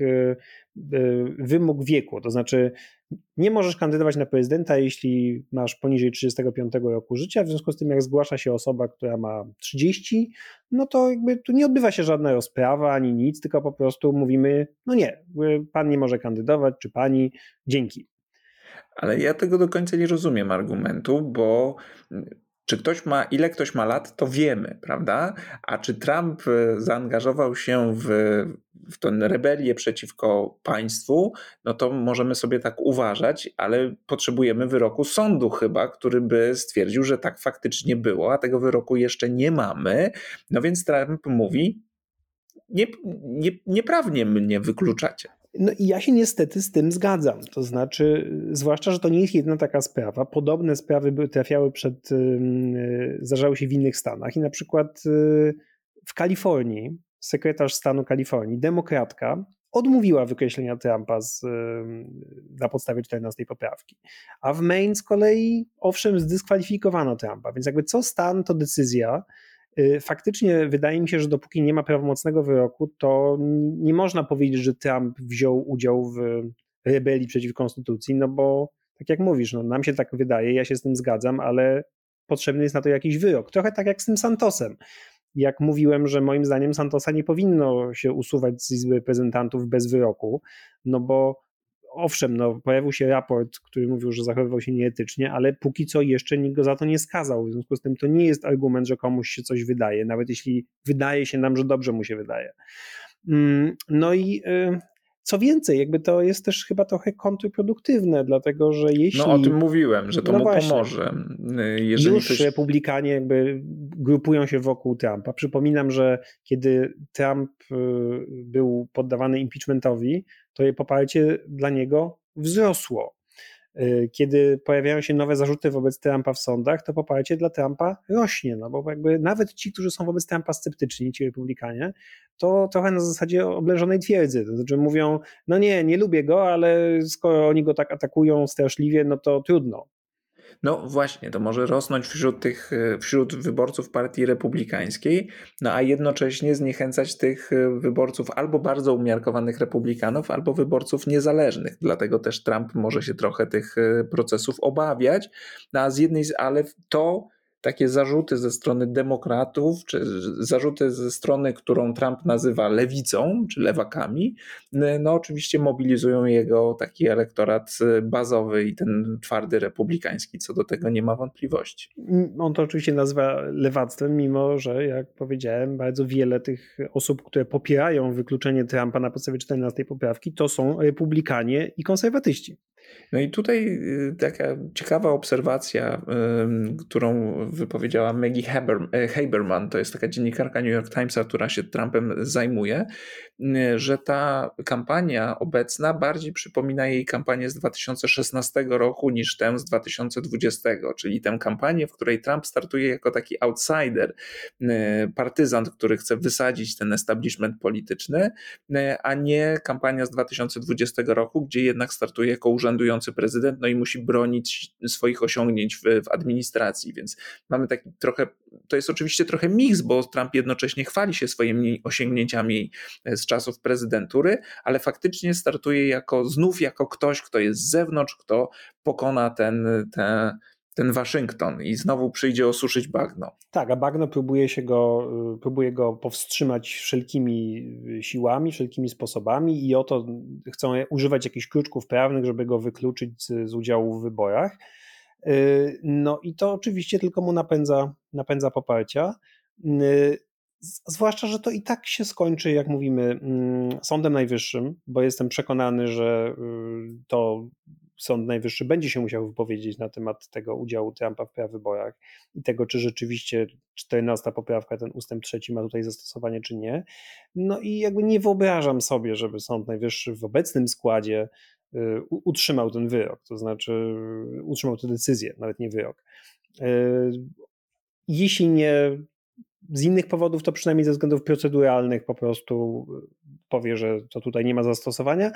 wymóg wieku, to znaczy nie możesz kandydować na prezydenta, jeśli masz poniżej trzydziestego piątego roku życia, w związku z tym jak zgłasza się osoba, która ma trzydzieści, no to jakby tu nie odbywa się żadna rozprawa ani nic, tylko po prostu mówimy, no nie, pan nie może kandydować, czy pani, dzięki. Ale ja tego do końca nie rozumiem argumentu, bo czy ktoś ma, ile ktoś ma lat, to wiemy, prawda? A czy Trump zaangażował się w, w tę rebelię przeciwko państwu, no to możemy sobie tak uważać, ale potrzebujemy wyroku sądu chyba, który by stwierdził, że tak faktycznie było, a tego wyroku jeszcze nie mamy. No więc Trump mówi, nie, nie, nieprawnie mnie wykluczacie. No i ja się niestety z tym zgadzam, to znaczy, zwłaszcza, że to nie jest jedna taka sprawa, podobne sprawy by trafiały przed, zdarzały się w innych stanach i na przykład w Kalifornii, sekretarz stanu Kalifornii, demokratka, odmówiła wykreślenia Trumpa z, na podstawie czternastej poprawki, a w Maine z kolei owszem zdyskwalifikowano Trumpa, więc jakby co stan to decyzja. Faktycznie wydaje mi się, że dopóki nie ma prawomocnego wyroku, to nie można powiedzieć, że Trump wziął udział w rebelii przeciw konstytucji, no bo tak jak mówisz, no nam się tak wydaje, ja się z tym zgadzam, ale potrzebny jest na to jakiś wyrok. Trochę tak jak z tym Santosem. Jak mówiłem, że moim zdaniem Santosa nie powinno się usuwać z Izby Reprezentantów bez wyroku, no bo owszem, no, pojawił się raport, który mówił, że zachowywał się nieetycznie, ale póki co jeszcze nikt go za to nie skazał. W związku z tym to nie jest argument, że komuś się coś wydaje, nawet jeśli wydaje się nam, że dobrze mu się wydaje. No i co więcej, jakby to jest też chyba trochę kontrproduktywne, dlatego że jeśli... No o tym mówiłem, że to no mu właśnie, pomoże. Jeżeli już ktoś... republikanie jakby grupują się wokół Trumpa. Przypominam, że kiedy Trump był poddawany impeachmentowi, to jej poparcie dla niego wzrosło. Kiedy pojawiają się nowe zarzuty wobec Trumpa w sądach, to poparcie dla Trumpa rośnie, no bo jakby nawet ci, którzy są wobec Trumpa sceptyczni, ci republikanie, to trochę na zasadzie oblężonej twierdzy, to znaczy mówią, no nie, nie lubię go, ale skoro oni go tak atakują straszliwie, no to trudno. No właśnie, to może rosnąć wśród tych, wśród wyborców partii republikańskiej, no a jednocześnie zniechęcać tych wyborców albo bardzo umiarkowanych republikanów, albo wyborców niezależnych. Dlatego też Trump może się trochę tych procesów obawiać, no a z jednej, ale to takie zarzuty ze strony demokratów, czy zarzuty ze strony, którą Trump nazywa lewicą, czy lewakami, no oczywiście mobilizują jego taki elektorat bazowy i ten twardy republikański, co do tego nie ma wątpliwości. On to oczywiście nazywa lewactwem, mimo że, jak powiedziałem, bardzo wiele tych osób, które popierają wykluczenie Trumpa na podstawie czternastej poprawki, to są republikanie i konserwatyści. No i tutaj taka ciekawa obserwacja, którą wypowiedziała Maggie Haberman, to jest taka dziennikarka New York Timesa, która się Trumpem zajmuje, że ta kampania obecna bardziej przypomina jej kampanię z dwa tysiące szesnastego roku niż tę z dwa tysiące dwudziestego, czyli tę kampanię, w której Trump startuje jako taki outsider, partyzant, który chce wysadzić ten establishment polityczny, a nie kampania z dwa tysiące dwudziestego roku, gdzie jednak startuje jako urzędujący prezydent, no i musi bronić swoich osiągnięć w, w administracji, więc mamy taki trochę, to jest oczywiście trochę miks, bo Trump jednocześnie chwali się swoimi osiągnięciami z czasów prezydentury, ale faktycznie startuje jako, znów jako ktoś, kto jest z zewnątrz, kto pokona ten, ten, ten Waszyngton i znowu przyjdzie osuszyć bagno. Tak, a bagno próbuje się go, próbuje go powstrzymać wszelkimi siłami, wszelkimi sposobami i oto chcą używać jakichś kruczków prawnych, żeby go wykluczyć z, z udziału w wyborach. No i to oczywiście tylko mu napędza, napędza poparcia. Zwłaszcza, że to i tak się skończy, jak mówimy, Sądem Najwyższym, bo jestem przekonany, że to Sąd Najwyższy będzie się musiał wypowiedzieć na temat tego udziału Trumpa w prawyborach i tego, czy rzeczywiście czternasta poprawka, ten ustęp trzeci ma tutaj zastosowanie, czy nie. No i jakby nie wyobrażam sobie, żeby Sąd Najwyższy w obecnym składzie utrzymał ten wyrok, to znaczy utrzymał tę decyzję, nawet nie wyrok. Jeśli nie z innych powodów, to przynajmniej ze względów proceduralnych po prostu powie, że to tutaj nie ma zastosowania.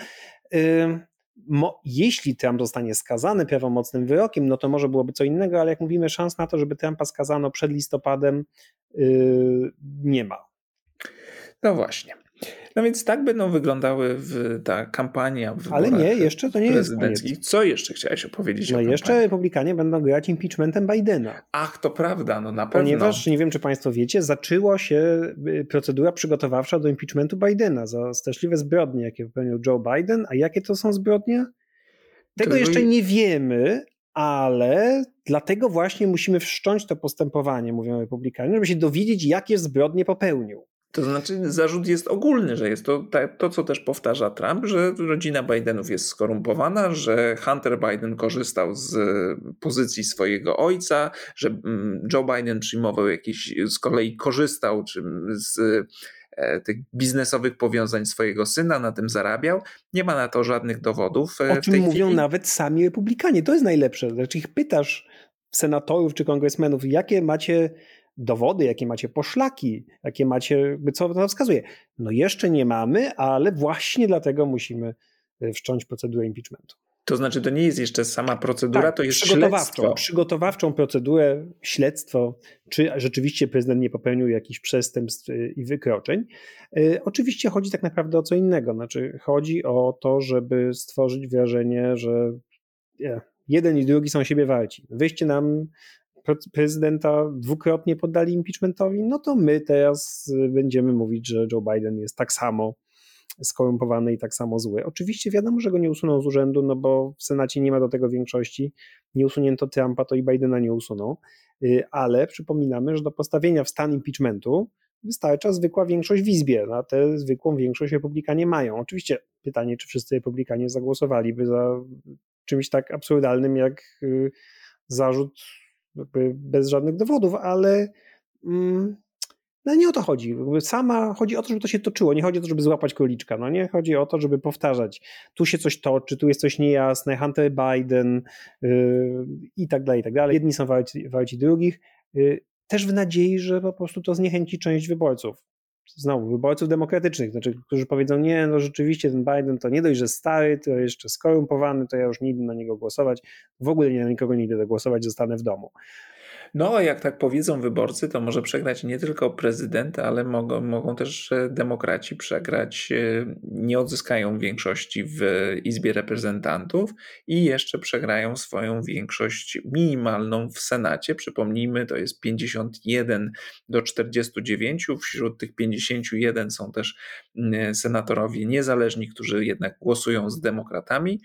Jeśli Trump zostanie skazany prawomocnym wyrokiem, no to może byłoby co innego, ale jak mówimy, szans na to, żeby Trumpa skazano przed listopadem, nie ma. No właśnie. No więc tak będą wyglądały w, ta kampania w Ale nie, jeszcze to nie jest koniec. Co jeszcze chciałeś opowiedzieć no o No jeszcze republikanie będą grać impeachmentem Bidena. Ach, to prawda, no na pewno. Ponieważ, nie wiem czy państwo wiecie, zaczęła się procedura przygotowawcza do impeachmentu Bidena za straszliwe zbrodnie, jakie popełnił Joe Biden. A jakie to są zbrodnie? Tego to jeszcze nie wiemy, ale dlatego właśnie musimy wszcząć to postępowanie, mówią republikanie, żeby się dowiedzieć, jakie zbrodnie popełnił. To znaczy zarzut jest ogólny, że jest to to, co też powtarza Trump, że rodzina Bidenów jest skorumpowana, że Hunter Biden korzystał z pozycji swojego ojca, że Joe Biden przyjmował jakieś, z kolei korzystał czy z tych biznesowych powiązań swojego syna, na tym zarabiał. Nie ma na to żadnych dowodów. O czym tej mówią chwili. Nawet sami republikanie. To jest najlepsze. Znaczy ich pytasz senatorów czy kongresmenów, jakie macie dowody, jakie macie poszlaki, jakie macie, co to wskazuje. No jeszcze nie mamy, ale właśnie dlatego musimy wszcząć procedurę impeachmentu. To znaczy to nie jest jeszcze sama procedura, tak, to jest przygotowawczą, śledztwo. Przygotowawczą procedurę, śledztwo, czy rzeczywiście prezydent nie popełnił jakichś przestępstw i wykroczeń. Yy, oczywiście chodzi tak naprawdę o co innego. Znaczy chodzi o to, żeby stworzyć wrażenie, że yeah, jeden i drugi są siebie warci. Wyście nam prezydenta dwukrotnie poddali impeachmentowi, no to my teraz będziemy mówić, że Joe Biden jest tak samo skorumpowany i tak samo zły. Oczywiście wiadomo, że go nie usuną z urzędu, no bo w Senacie nie ma do tego większości. Nie usunięto Trumpa, to i Bidena nie usuną. Ale przypominamy, że do postawienia w stan impeachmentu wystarcza zwykła większość w Izbie. A tę zwykłą większość Republikanie mają. Oczywiście pytanie, czy wszyscy Republikanie zagłosowaliby za czymś tak absurdalnym jak zarzut bez żadnych dowodów, ale mm, no nie o to chodzi. Sama chodzi o to, żeby to się toczyło. Nie chodzi o to, żeby złapać króliczka. No nie chodzi o to, żeby powtarzać. Tu się coś toczy, tu jest coś niejasne, Hunter Biden yy, i tak dalej, i tak dalej. Jedni są warci, warci drugich. Yy, też w nadziei, że po prostu to zniechęci część wyborców. Znowu, wyborców demokratycznych, znaczy, którzy powiedzą, nie, no rzeczywiście ten Biden to nie dość, że stary, to jeszcze skorumpowany, to ja już nie idę na niego głosować. W ogóle nie na nikogo nie idę głosować, zostanę w domu. No, a jak tak powiedzą wyborcy, to może przegrać nie tylko prezydent, ale mogą, mogą też demokraci przegrać, nie odzyskają większości w Izbie Reprezentantów i jeszcze przegrają swoją większość minimalną w Senacie. Przypomnijmy, to jest pięćdziesiąt jeden do czterdziestu dziewięciu. Wśród tych pięćdziesięciu jeden są też senatorowie niezależni, którzy jednak głosują z demokratami.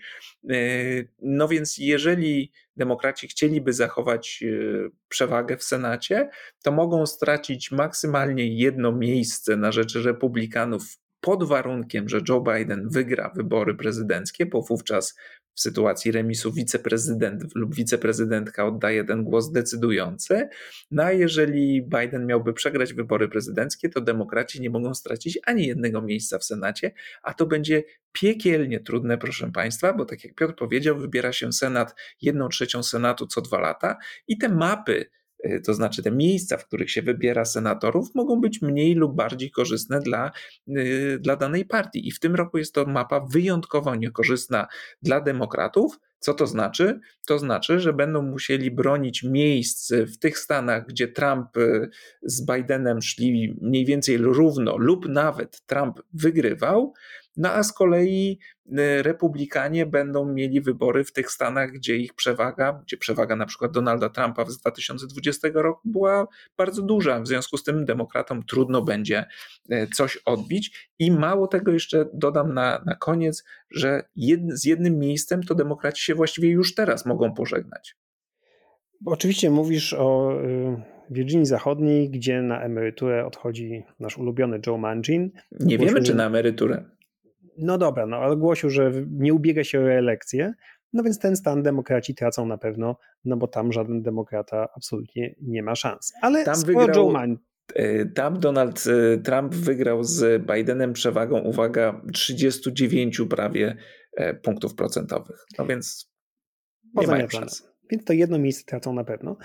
No więc jeżeli demokraci chcieliby zachować przewagę w Senacie, to mogą stracić maksymalnie jedno miejsce na rzecz republikanów pod warunkiem, że Joe Biden wygra wybory prezydenckie, bo wówczas w sytuacji remisu wiceprezydent lub wiceprezydentka oddaje ten głos decydujący. No a jeżeli Biden miałby przegrać wybory prezydenckie, to demokraci nie mogą stracić ani jednego miejsca w Senacie, a to będzie piekielnie trudne, proszę Państwa, bo tak jak Piotr powiedział, wybiera się Senat, jedną trzecią Senatu co dwa lata i te mapy, to znaczy te miejsca, w których się wybiera senatorów, mogą być mniej lub bardziej korzystne dla, dla danej partii. I w tym roku jest to mapa wyjątkowo niekorzystna dla demokratów. Co to znaczy? To znaczy, że będą musieli bronić miejsc w tych stanach, gdzie Trump z Bidenem szli mniej więcej równo lub nawet Trump wygrywał, no a z kolei republikanie będą mieli wybory w tych stanach, gdzie ich przewaga, gdzie przewaga na przykład Donalda Trumpa z dwa tysiące dwudziestego roku była bardzo duża. W związku z tym demokratom trudno będzie coś odbić i mało tego jeszcze dodam na, na koniec, że jed, z jednym miejscem to demokraci się właściwie już teraz mogą pożegnać. Oczywiście mówisz o Virginii Zachodniej, gdzie na emeryturę odchodzi nasz ulubiony Joe Manchin. Nie wiemy, czy na emeryturę. No dobra, no ale ogłosił, że nie ubiega się o reelekcję, no więc ten stan demokraci tracą na pewno, no bo tam żaden demokrata absolutnie nie ma szans. Ale tam wygrał Joe Manchin. Tam Donald Trump wygrał z Bidenem przewagą, uwaga, trzydziestu dziewięciu prawie punktów procentowych. No więc nie mają szans. Więc to jedno miejsce tracą na pewno.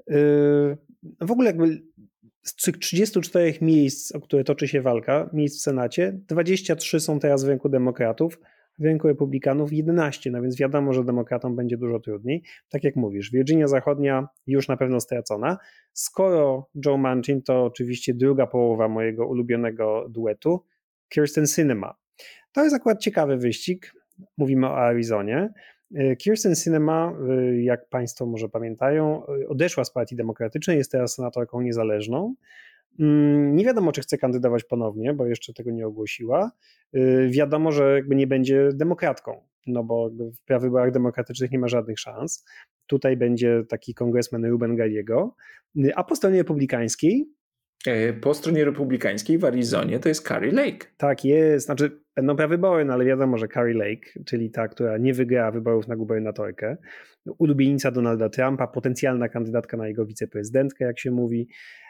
W ogóle jakby z tych trzydziestu czterech miejsc, o które toczy się walka, miejsc w Senacie, dwadzieścia trzy są teraz w ręku demokratów, w ręku republikanów jedenaście, no więc wiadomo, że demokratom będzie dużo trudniej. Tak jak mówisz, Virginia Zachodnia już na pewno stracona. Skoro Joe Manchin, to oczywiście druga połowa mojego ulubionego duetu, Kyrsten Sinema. To jest akurat ciekawy wyścig. Mówimy o Arizonie. Kyrsten Sinema, jak Państwo może pamiętają, odeszła z Partii Demokratycznej, jest teraz senatorką niezależną. Nie wiadomo, czy chce kandydować ponownie, bo jeszcze tego nie ogłosiła. Wiadomo, że jakby nie będzie demokratką, no bo w wyborach demokratycznych nie ma żadnych szans. Tutaj będzie taki kongresmen Ruben Gallego, a po stronie republikańskiej Po stronie republikańskiej w Arizonie to jest Kari Lake. Tak jest, znaczy będą prawybory, no ale wiadomo, że Kari Lake, czyli ta, która nie wygrała wyborów na gubernatorkę, ulubienica Donalda Trumpa, potencjalna kandydatka na jego wiceprezydentkę, jak się mówi.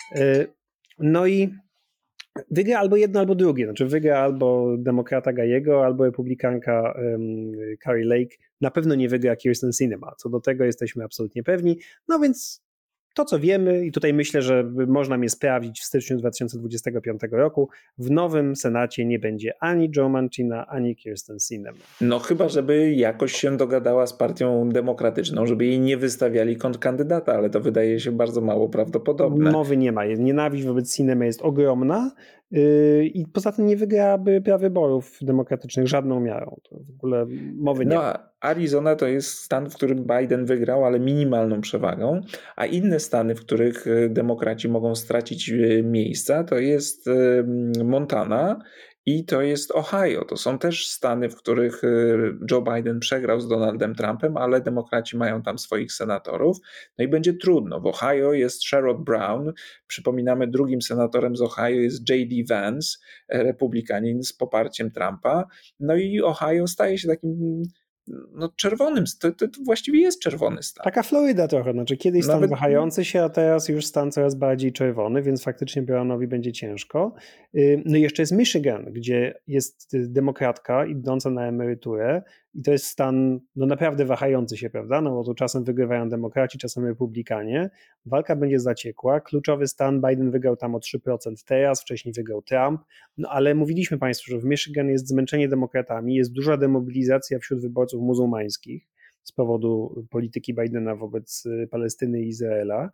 No i wygra albo jedno, albo drugie. Znaczy wygra albo demokrata Gallego, albo republikanka um, Kari Lake. Na pewno nie wygra Kyrsten Sinema. Co do tego jesteśmy absolutnie pewni. No więc to, co wiemy, i tutaj myślę, że można mnie sprawdzić w styczniu dwa tysiące dwudziestego piątego roku, w nowym Senacie nie będzie ani Joe Manchina, ani Kyrsten Sinema. No chyba, żeby jakoś się dogadała z Partią Demokratyczną, żeby jej nie wystawiali kontrkandydata, ale to wydaje się bardzo mało prawdopodobne. Mowy nie ma. Nienawiść wobec Sinema jest ogromna yy, i poza tym nie wygrałaby prawyborów demokratycznych żadną miarą. To w ogóle mowy nie no, ma. Arizona to jest stan, w którym Biden wygrał, ale minimalną przewagą, a inne stany, w których demokraci mogą stracić miejsca, to jest Montana i to jest Ohio. To są też stany, w których Joe Biden przegrał z Donaldem Trumpem, ale demokraci mają tam swoich senatorów. No i będzie trudno. W Ohio jest Sherrod Brown. Przypominamy, drugim senatorem z Ohio jest J D Vance, republikanin z poparciem Trumpa. No i Ohio staje się takim no, czerwonym, to, to, to właściwie jest czerwony stan. Taka Floryda trochę, znaczy kiedyś stan Nawet... wahający się, a teraz już stan coraz bardziej czerwony, więc faktycznie Brownowi będzie ciężko. No i jeszcze jest Michigan, gdzie jest demokratka idąca na emeryturę i to jest stan no naprawdę wahający się, prawda, no bo tu czasem wygrywają demokraci, czasem republikanie. Walka będzie zaciekła, kluczowy stan, Biden wygrał tam o trzy procent teraz, wcześniej wygrał Trump, no ale mówiliśmy Państwu, że w Michigan jest zmęczenie demokratami, jest duża demobilizacja wśród wyborców muzułmańskich z powodu polityki Bidena wobec Palestyny i Izraela.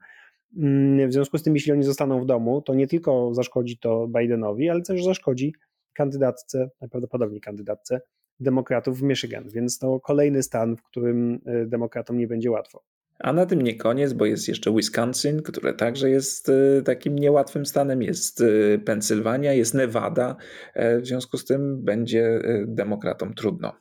W związku z tym, jeśli oni zostaną w domu, to nie tylko zaszkodzi to Bidenowi, ale też zaszkodzi kandydatce, najprawdopodobniej kandydatce demokratów w Michigan, więc to kolejny stan, w którym demokratom nie będzie łatwo. A na tym nie koniec, bo jest jeszcze Wisconsin, które także jest takim niełatwym stanem, jest Pensylwania, jest Nevada, w związku z tym będzie demokratom trudno.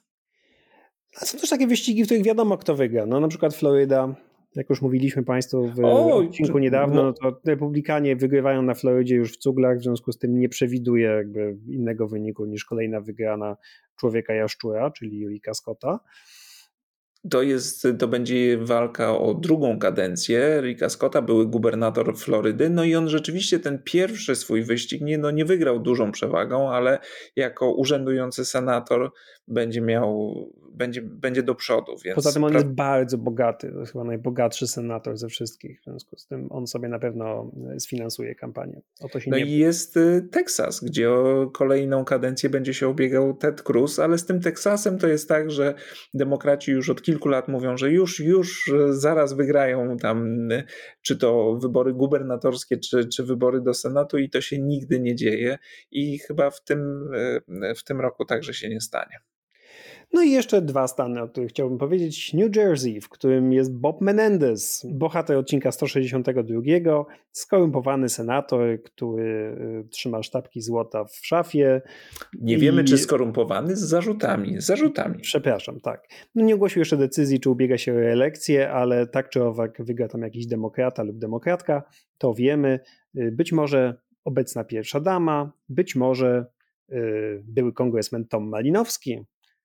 A są też takie wyścigi, w których wiadomo, kto wygra. No na przykład Floryda, jak już mówiliśmy Państwu w o, odcinku niedawno, no to republikanie wygrywają na Florydzie już w cuglach, w związku z tym nie przewiduję jakby innego wyniku niż kolejna wygrana człowieka jaszczura, czyli Julika Scotta. To, jest, to będzie walka o drugą kadencję Ricka Scotta, były gubernator Florydy, no i on rzeczywiście ten pierwszy swój wyścig nie, no nie wygrał dużą przewagą, ale jako urzędujący senator będzie miał, będzie, będzie do przodu. Więc Poza tym on pra- jest bardzo bogaty, to jest chyba najbogatszy senator ze wszystkich, w związku z tym on sobie na pewno sfinansuje kampanię. O to się no nie... i jest Teksas, gdzie o kolejną kadencję będzie się ubiegał Ted Cruz, ale z tym Teksasem to jest tak, że demokraci już od kilku lat mówią, że już, już zaraz wygrają tam czy to wybory gubernatorskie, czy, czy wybory do Senatu i to się nigdy nie dzieje i chyba w tym, w tym roku także się nie stanie. No i jeszcze dwa stany, o których chciałbym powiedzieć. New Jersey, w którym jest Bob Menendez, bohater odcinka sto sześćdziesiątego drugiego, skorumpowany senator, który trzyma sztabki złota w szafie. Nie I... wiemy, czy skorumpowany z zarzutami. Z zarzutami. Przepraszam, tak. No nie ogłosił jeszcze decyzji, czy ubiega się o reelekcję, ale tak czy owak wygra tam jakiś demokrata lub demokratka, to wiemy. Być może obecna pierwsza dama, być może yy, były kongresmen Tom Malinowski,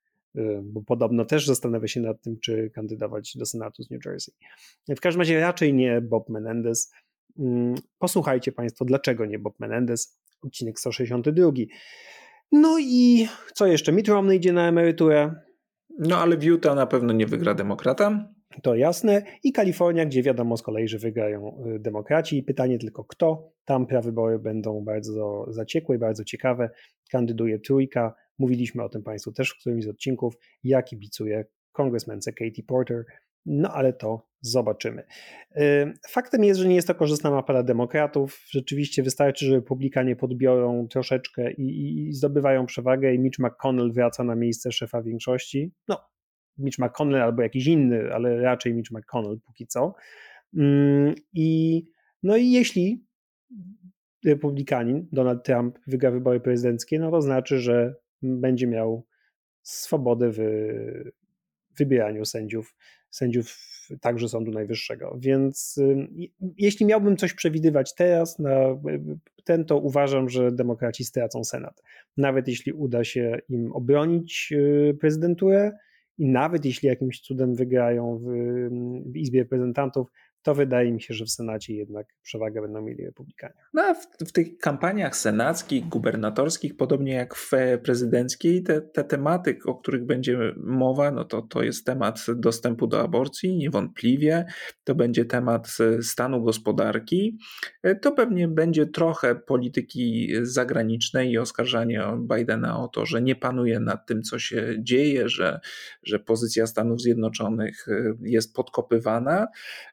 bo podobno też zastanawia się nad tym, czy kandydować do Senatu z New Jersey. W każdym razie raczej nie Bob Menendez. Posłuchajcie Państwo, dlaczego nie Bob Menendez, odcinek sto sześćdziesiąty drugi. No i co jeszcze? Mitt Romney idzie na emeryturę. No ale w Utah na pewno nie wygra demokrata. To jasne. I Kalifornia, gdzie wiadomo z kolei, że wygrają demokraci. Pytanie tylko kto. Tam prawybory będą bardzo zaciekłe i bardzo ciekawe. Kandyduje trójka. Mówiliśmy o tym Państwu też w którymś z odcinków. Ja kibicuję kongresmence Katie Porter. No ale to zobaczymy. Faktem jest, że nie jest to korzystna mapa dla demokratów. Rzeczywiście wystarczy, że republikanie podbiorą troszeczkę i, i zdobywają przewagę i Mitch McConnell wraca na miejsce szefa większości. No, Mitch McConnell albo jakiś inny, ale raczej Mitch McConnell póki co. I, no i jeśli republikanin Donald Trump wygra wybory prezydenckie, no to znaczy, że będzie miał swobodę w wybieraniu sędziów, sędziów także Sądu Najwyższego. Więc jeśli miałbym coś przewidywać teraz na ten, to uważam, że demokraci stracą Senat. Nawet jeśli uda się im obronić prezydenturę i nawet jeśli jakimś cudem wygrają w, w Izbie Reprezentantów, to wydaje mi się, że w Senacie jednak przewagę będą mieli republikanie. No, w, w tych kampaniach senackich, gubernatorskich, podobnie jak w prezydenckiej, te, te tematy, o których będzie mowa, no to, to jest temat dostępu do aborcji, niewątpliwie. To będzie temat stanu gospodarki. To pewnie będzie trochę polityki zagranicznej i oskarżanie Bidena o to, że nie panuje nad tym, co się dzieje, że, że pozycja Stanów Zjednoczonych jest podkopywana.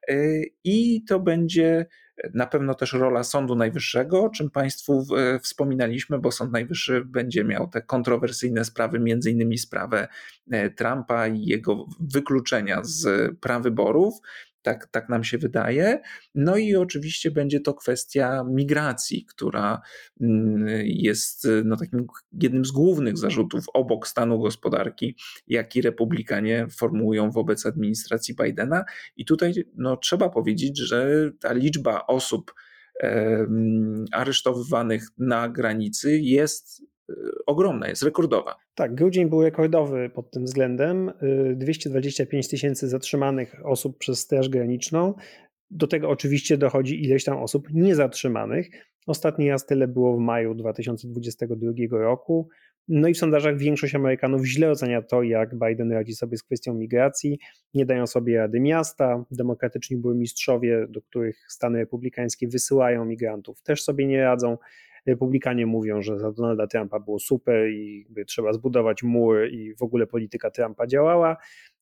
I to będzie na pewno też rola Sądu Najwyższego, o czym Państwu wspominaliśmy, bo Sąd Najwyższy będzie miał te kontrowersyjne sprawy, między innymi sprawę Trumpa i jego wykluczenia z prawyborów. Tak, tak nam się wydaje. No i oczywiście będzie to kwestia migracji, która jest no, takim jednym z głównych zarzutów obok stanu gospodarki, jaki republikanie formułują wobec administracji Bidena. I tutaj no, trzeba powiedzieć, że ta liczba osób e, aresztowywanych na granicy jest ogromna, jest rekordowa. Tak, grudzień był rekordowy pod tym względem. dwieście dwadzieścia pięć tysięcy zatrzymanych osób przez Straż Graniczną. Do tego oczywiście dochodzi ileś tam osób niezatrzymanych. Ostatni raz tyle było w maju dwa tysiące dwudziestego drugiego roku. No i w sondażach większość Amerykanów źle ocenia to, jak Biden radzi sobie z kwestią migracji. Nie dają sobie rady miasta. Demokratyczni burmistrzowie, do których stany republikańskie wysyłają migrantów, też sobie nie radzą. Republikanie mówią, że za Donalda Trumpa było super i trzeba zbudować mur i w ogóle polityka Trumpa działała.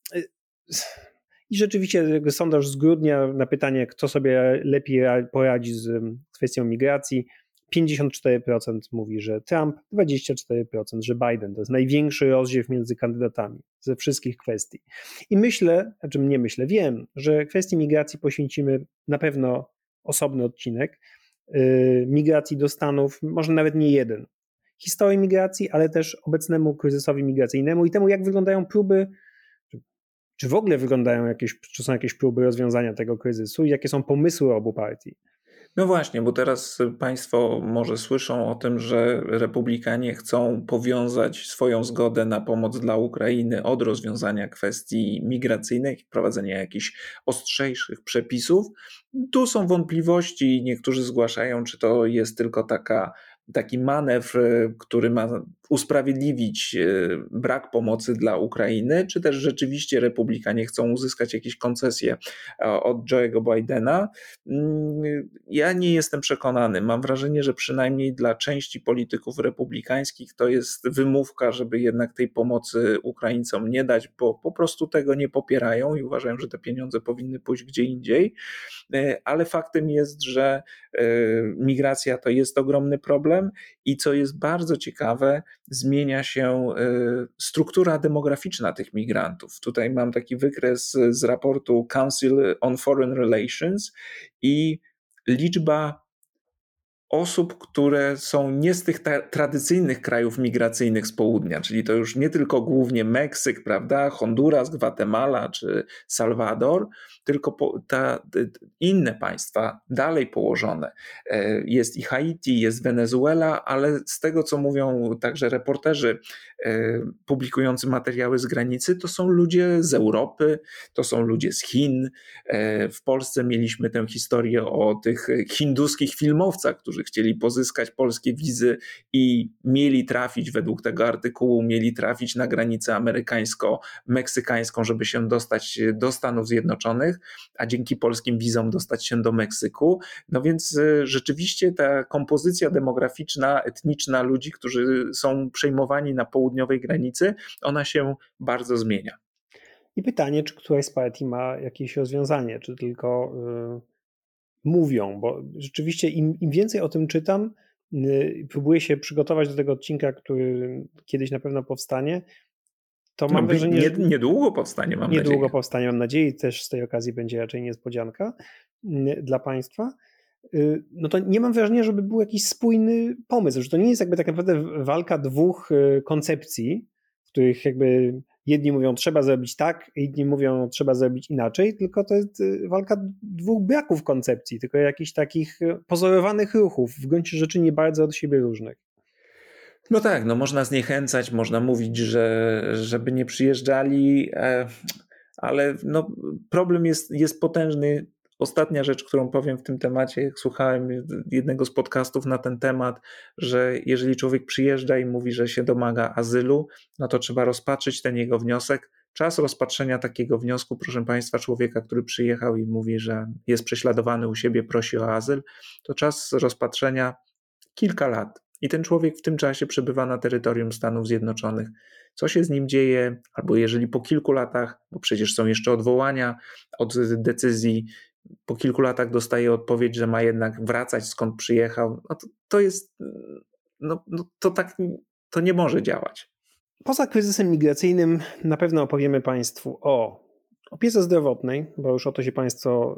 I rzeczywiście sondaż z grudnia na pytanie, kto sobie lepiej poradzi z kwestią migracji, pięćdziesiąt cztery procent mówi, że Trump, dwadzieścia cztery procent, że Biden. To jest największy rozdziew między kandydatami ze wszystkich kwestii. I myślę, znaczy nie myślę, wiem, że kwestii migracji poświęcimy na pewno osobny odcinek, migracji do Stanów, może nawet nie jeden. Historii migracji, ale też obecnemu kryzysowi migracyjnemu i temu, jak wyglądają próby, czy w ogóle wyglądają jakieś, czy są jakieś próby rozwiązania tego kryzysu i jakie są pomysły obu partii. No właśnie, bo teraz państwo może słyszą o tym, że republikanie chcą powiązać swoją zgodę na pomoc dla Ukrainy od rozwiązania kwestii migracyjnych, wprowadzenia jakichś ostrzejszych przepisów. Tu są wątpliwości, niektórzy zgłaszają, czy to jest tylko taka taki manewr, który ma usprawiedliwić brak pomocy dla Ukrainy, czy też rzeczywiście republikanie chcą uzyskać jakieś koncesje od Joe'ego Bidena. Ja nie jestem przekonany. Mam wrażenie, że przynajmniej dla części polityków republikańskich to jest wymówka, żeby jednak tej pomocy Ukraińcom nie dać, bo po prostu tego nie popierają i uważają, że te pieniądze powinny pójść gdzie indziej. Ale faktem jest, że migracja to jest ogromny problem i co jest bardzo ciekawe, zmienia się struktura demograficzna tych migrantów. Tutaj mam taki wykres z raportu Council on Foreign Relations i liczba osób, które są nie z tych ta- tradycyjnych krajów migracyjnych z południa, czyli to już nie tylko głównie Meksyk, prawda, Honduras, Gwatemala czy Salwador, tylko po, ta, inne państwa dalej położone. Jest i Haiti, jest Wenezuela, ale z tego, co mówią także reporterzy publikujący materiały z granicy, to są ludzie z Europy, to są ludzie z Chin. W Polsce mieliśmy tę historię o tych hinduskich filmowcach, którzy chcieli pozyskać polskie wizy i mieli trafić, według tego artykułu, mieli trafić na granicę amerykańsko-meksykańską, żeby się dostać do Stanów Zjednoczonych, a dzięki polskim wizom dostać się do Meksyku. No więc rzeczywiście ta kompozycja demograficzna, etniczna ludzi, którzy są przejmowani na południowej granicy, ona się bardzo zmienia. I pytanie, czy któraś z partii ma jakieś rozwiązanie, czy tylko yy, mówią, bo rzeczywiście im, im więcej o tym czytam, yy, próbuję się przygotować do tego odcinka, który kiedyś na pewno powstanie, to mam no, wrażenie, nie, że... Niedługo powstanie, mam niedługo nadzieję. powstanie, mam nadzieję, też z tej okazji będzie raczej niespodzianka yy, dla państwa. Yy, no to nie mam wrażenia, żeby był jakiś spójny pomysł, że to nie jest jakby tak naprawdę walka dwóch yy, koncepcji, w których jakby jedni mówią trzeba zrobić tak, inni mówią trzeba zrobić inaczej, tylko to jest walka dwóch braków koncepcji, tylko jakichś takich pozorowanych ruchów, w gruncie rzeczy nie bardzo od siebie różnych. No tak, no można zniechęcać, można mówić, że żeby nie przyjeżdżali, ale no problem jest, jest potężny. Ostatnia rzecz, którą powiem w tym temacie, jak słuchałem jednego z podcastów na ten temat, że jeżeli człowiek przyjeżdża i mówi, że się domaga azylu, no to trzeba rozpatrzyć ten jego wniosek. Czas rozpatrzenia takiego wniosku, proszę Państwa, człowieka, który przyjechał i mówi, że jest prześladowany u siebie, prosi o azyl, to czas rozpatrzenia kilka lat. I ten człowiek w tym czasie przebywa na terytorium Stanów Zjednoczonych. Co się z nim dzieje, albo jeżeli po kilku latach, bo przecież są jeszcze odwołania od decyzji, po kilku latach dostaje odpowiedź, że ma jednak wracać skąd przyjechał, no to, to jest, no, no to tak, to nie może działać. Poza kryzysem migracyjnym na pewno opowiemy Państwu o Opiece zdrowotnej, bo już o to się Państwo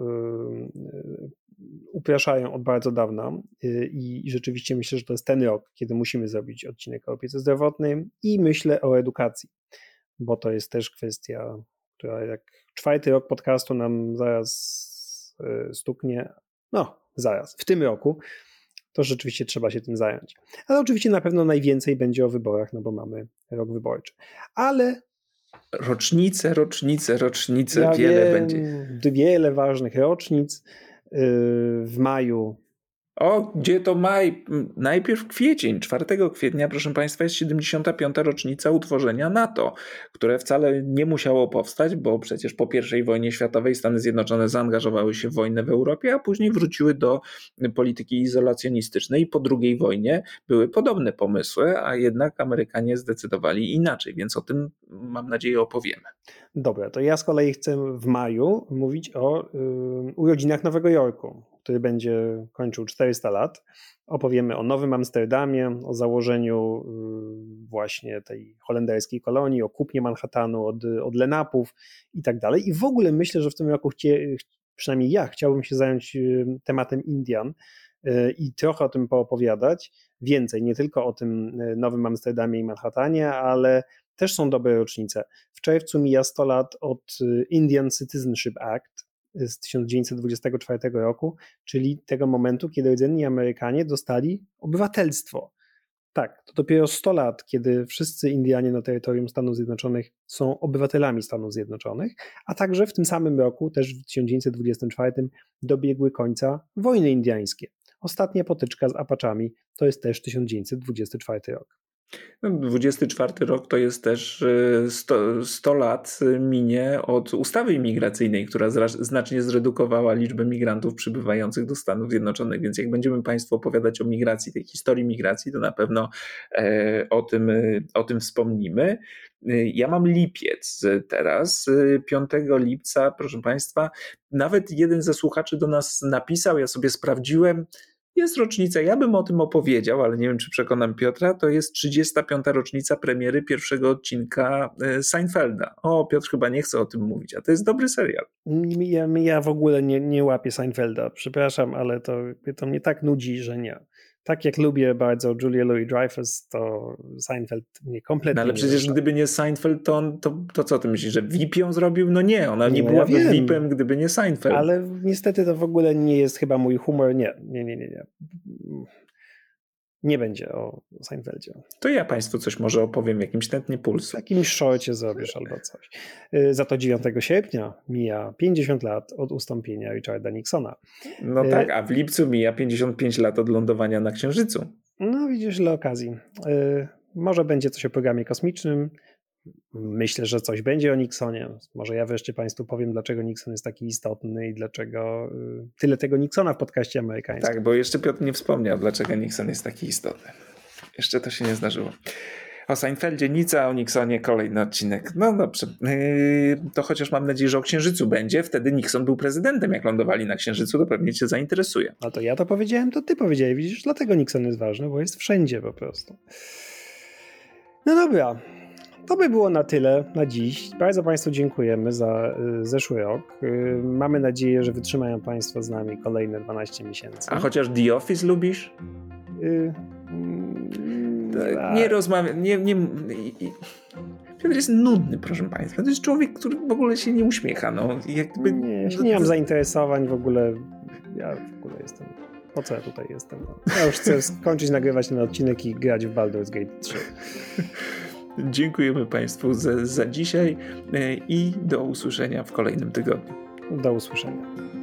yy, upraszają od bardzo dawna yy, i rzeczywiście myślę, że to jest ten rok, kiedy musimy zrobić odcinek o opiece zdrowotnej i myślę o edukacji, bo to jest też kwestia, która jak czwarty rok podcastu nam zaraz yy, stuknie, no zaraz, w tym roku, to rzeczywiście trzeba się tym zająć. Ale oczywiście na pewno najwięcej będzie o wyborach, no bo mamy rok wyborczy. Ale rocznice, rocznice, rocznice, ja wiele wiem, będzie. Wiele ważnych rocznic yy, w maju. O, gdzie to maj? Najpierw kwiecień, czwartego kwietnia, proszę Państwa, jest siedemdziesiąta piąta rocznica utworzenia NATO, które wcale nie musiało powstać, bo przecież po pierwszej wojnie światowej Stany Zjednoczone zaangażowały się w wojnę w Europie, a później wróciły do polityki izolacjonistycznej i po drugiej wojnie były podobne pomysły, a jednak Amerykanie zdecydowali inaczej, więc o tym mam nadzieję opowiemy. Dobra, to ja z kolei chcę w maju mówić o yy, urodzinach Nowego Jorku, który będzie kończył czterysta lat. Opowiemy o Nowym Amsterdamie, o założeniu yy, właśnie tej holenderskiej kolonii, o kupnie Manhattanu od, od Lenapów i tak dalej. I w ogóle myślę, że w tym roku, chcie, przynajmniej ja, chciałbym się zająć yy, tematem Indian yy, i trochę o tym poopowiadać. Więcej, nie tylko o tym Nowym Amsterdamie i Manhattanie, ale też są dobre rocznice. W czerwcu mija sto lat od Indian Citizenship Act z tysiąc dziewięćset dwudziestego czwartego roku, czyli tego momentu, kiedy rdzenni Amerykanie dostali obywatelstwo. Tak, to dopiero sto lat, kiedy wszyscy Indianie na terytorium Stanów Zjednoczonych są obywatelami Stanów Zjednoczonych, a także w tym samym roku, też w tysiąc dziewięćset dwudziestym czwartym, dobiegły końca wojny indiańskie. Ostatnia potyczka z Apaczami to jest też tysiąc dziewięćset dwudziesty czwarty rok. dwudziesty czwarty rok to jest też sto, sto lat minie od ustawy imigracyjnej, która znacznie zredukowała liczbę migrantów przybywających do Stanów Zjednoczonych, więc jak będziemy Państwu opowiadać o migracji, tej historii migracji, to na pewno e, o tym, o tym wspomnimy. Ja mam lipiec teraz, piątego lipca, proszę Państwa, nawet jeden ze słuchaczy do nas napisał, ja sobie sprawdziłem, jest rocznica, ja bym o tym opowiedział, ale nie wiem, czy przekonam Piotra, to jest trzydziesta piąta rocznica premiery pierwszego odcinka Seinfelda. O, Piotr chyba nie chce o tym mówić, a to jest dobry serial. Ja, ja w ogóle nie, nie łapię Seinfelda, przepraszam, ale to, to mnie tak nudzi, że nie. Tak jak lubię bardzo Julia Louis-Dreyfus, to Seinfeld mnie kompletnie no, ale nie przecież rusza. Gdyby nie Seinfeld, to, on, to, to co ty myślisz, że V I P ją zrobił? No nie, ona nie, nie byłaby ja V I P-em, gdyby nie Seinfeld. Ale niestety to w ogóle nie jest chyba mój humor. Nie, nie, nie, nie. Nie, nie będzie o Seinfeldzie. To ja Państwu coś może opowiem w jakimś tętnie pulsu. W jakimś szorcie zrobisz albo coś. Za to dziewiątego sierpnia mija pięćdziesiąt lat od ustąpienia Richarda Nixona. No tak, a w lipcu mija pięćdziesiąt pięć lat od lądowania na Księżycu. No widzisz, dla okazji. Może będzie coś o programie kosmicznym. Myślę, że coś będzie o Nixonie. Może ja wreszcie Państwu powiem, dlaczego Nixon jest taki istotny i dlaczego tyle tego Nixona w podcaście amerykańskim. Tak, bo jeszcze Piotr nie wspomniał, dlaczego Nixon jest taki istotny. Jeszcze to się nie zdarzyło. O Seinfeldzie nic, a o Nixonie kolejny odcinek. No dobrze. Yy, to chociaż mam nadzieję, że o Księżycu będzie. Wtedy Nixon był prezydentem. Jak lądowali na Księżycu, to pewnie cię zainteresuje. A to ja to powiedziałem, to ty powiedziałeś. Widzisz, dlatego Nixon jest ważny, bo jest wszędzie po prostu. No dobra. To by było na tyle na dziś. Bardzo Państwu dziękujemy za y, zeszły rok. Y, mamy nadzieję, że wytrzymają Państwo z nami kolejne dwanaście miesięcy. A chociaż The Office lubisz? Y, y, nie rozmawiam. Nie, nie, Piotr jest nudny, proszę Państwa. To jest człowiek, który w ogóle się nie uśmiecha. No, jakby, nie, ja się nie mam zainteresowań w ogóle. Ja w ogóle jestem... Po co ja tutaj jestem? Ja już chcę skończyć nagrywać ten odcinek i grać w Baldur's Gate trzy. Dziękujemy Państwu za, za dzisiaj i do usłyszenia w kolejnym tygodniu. Do usłyszenia.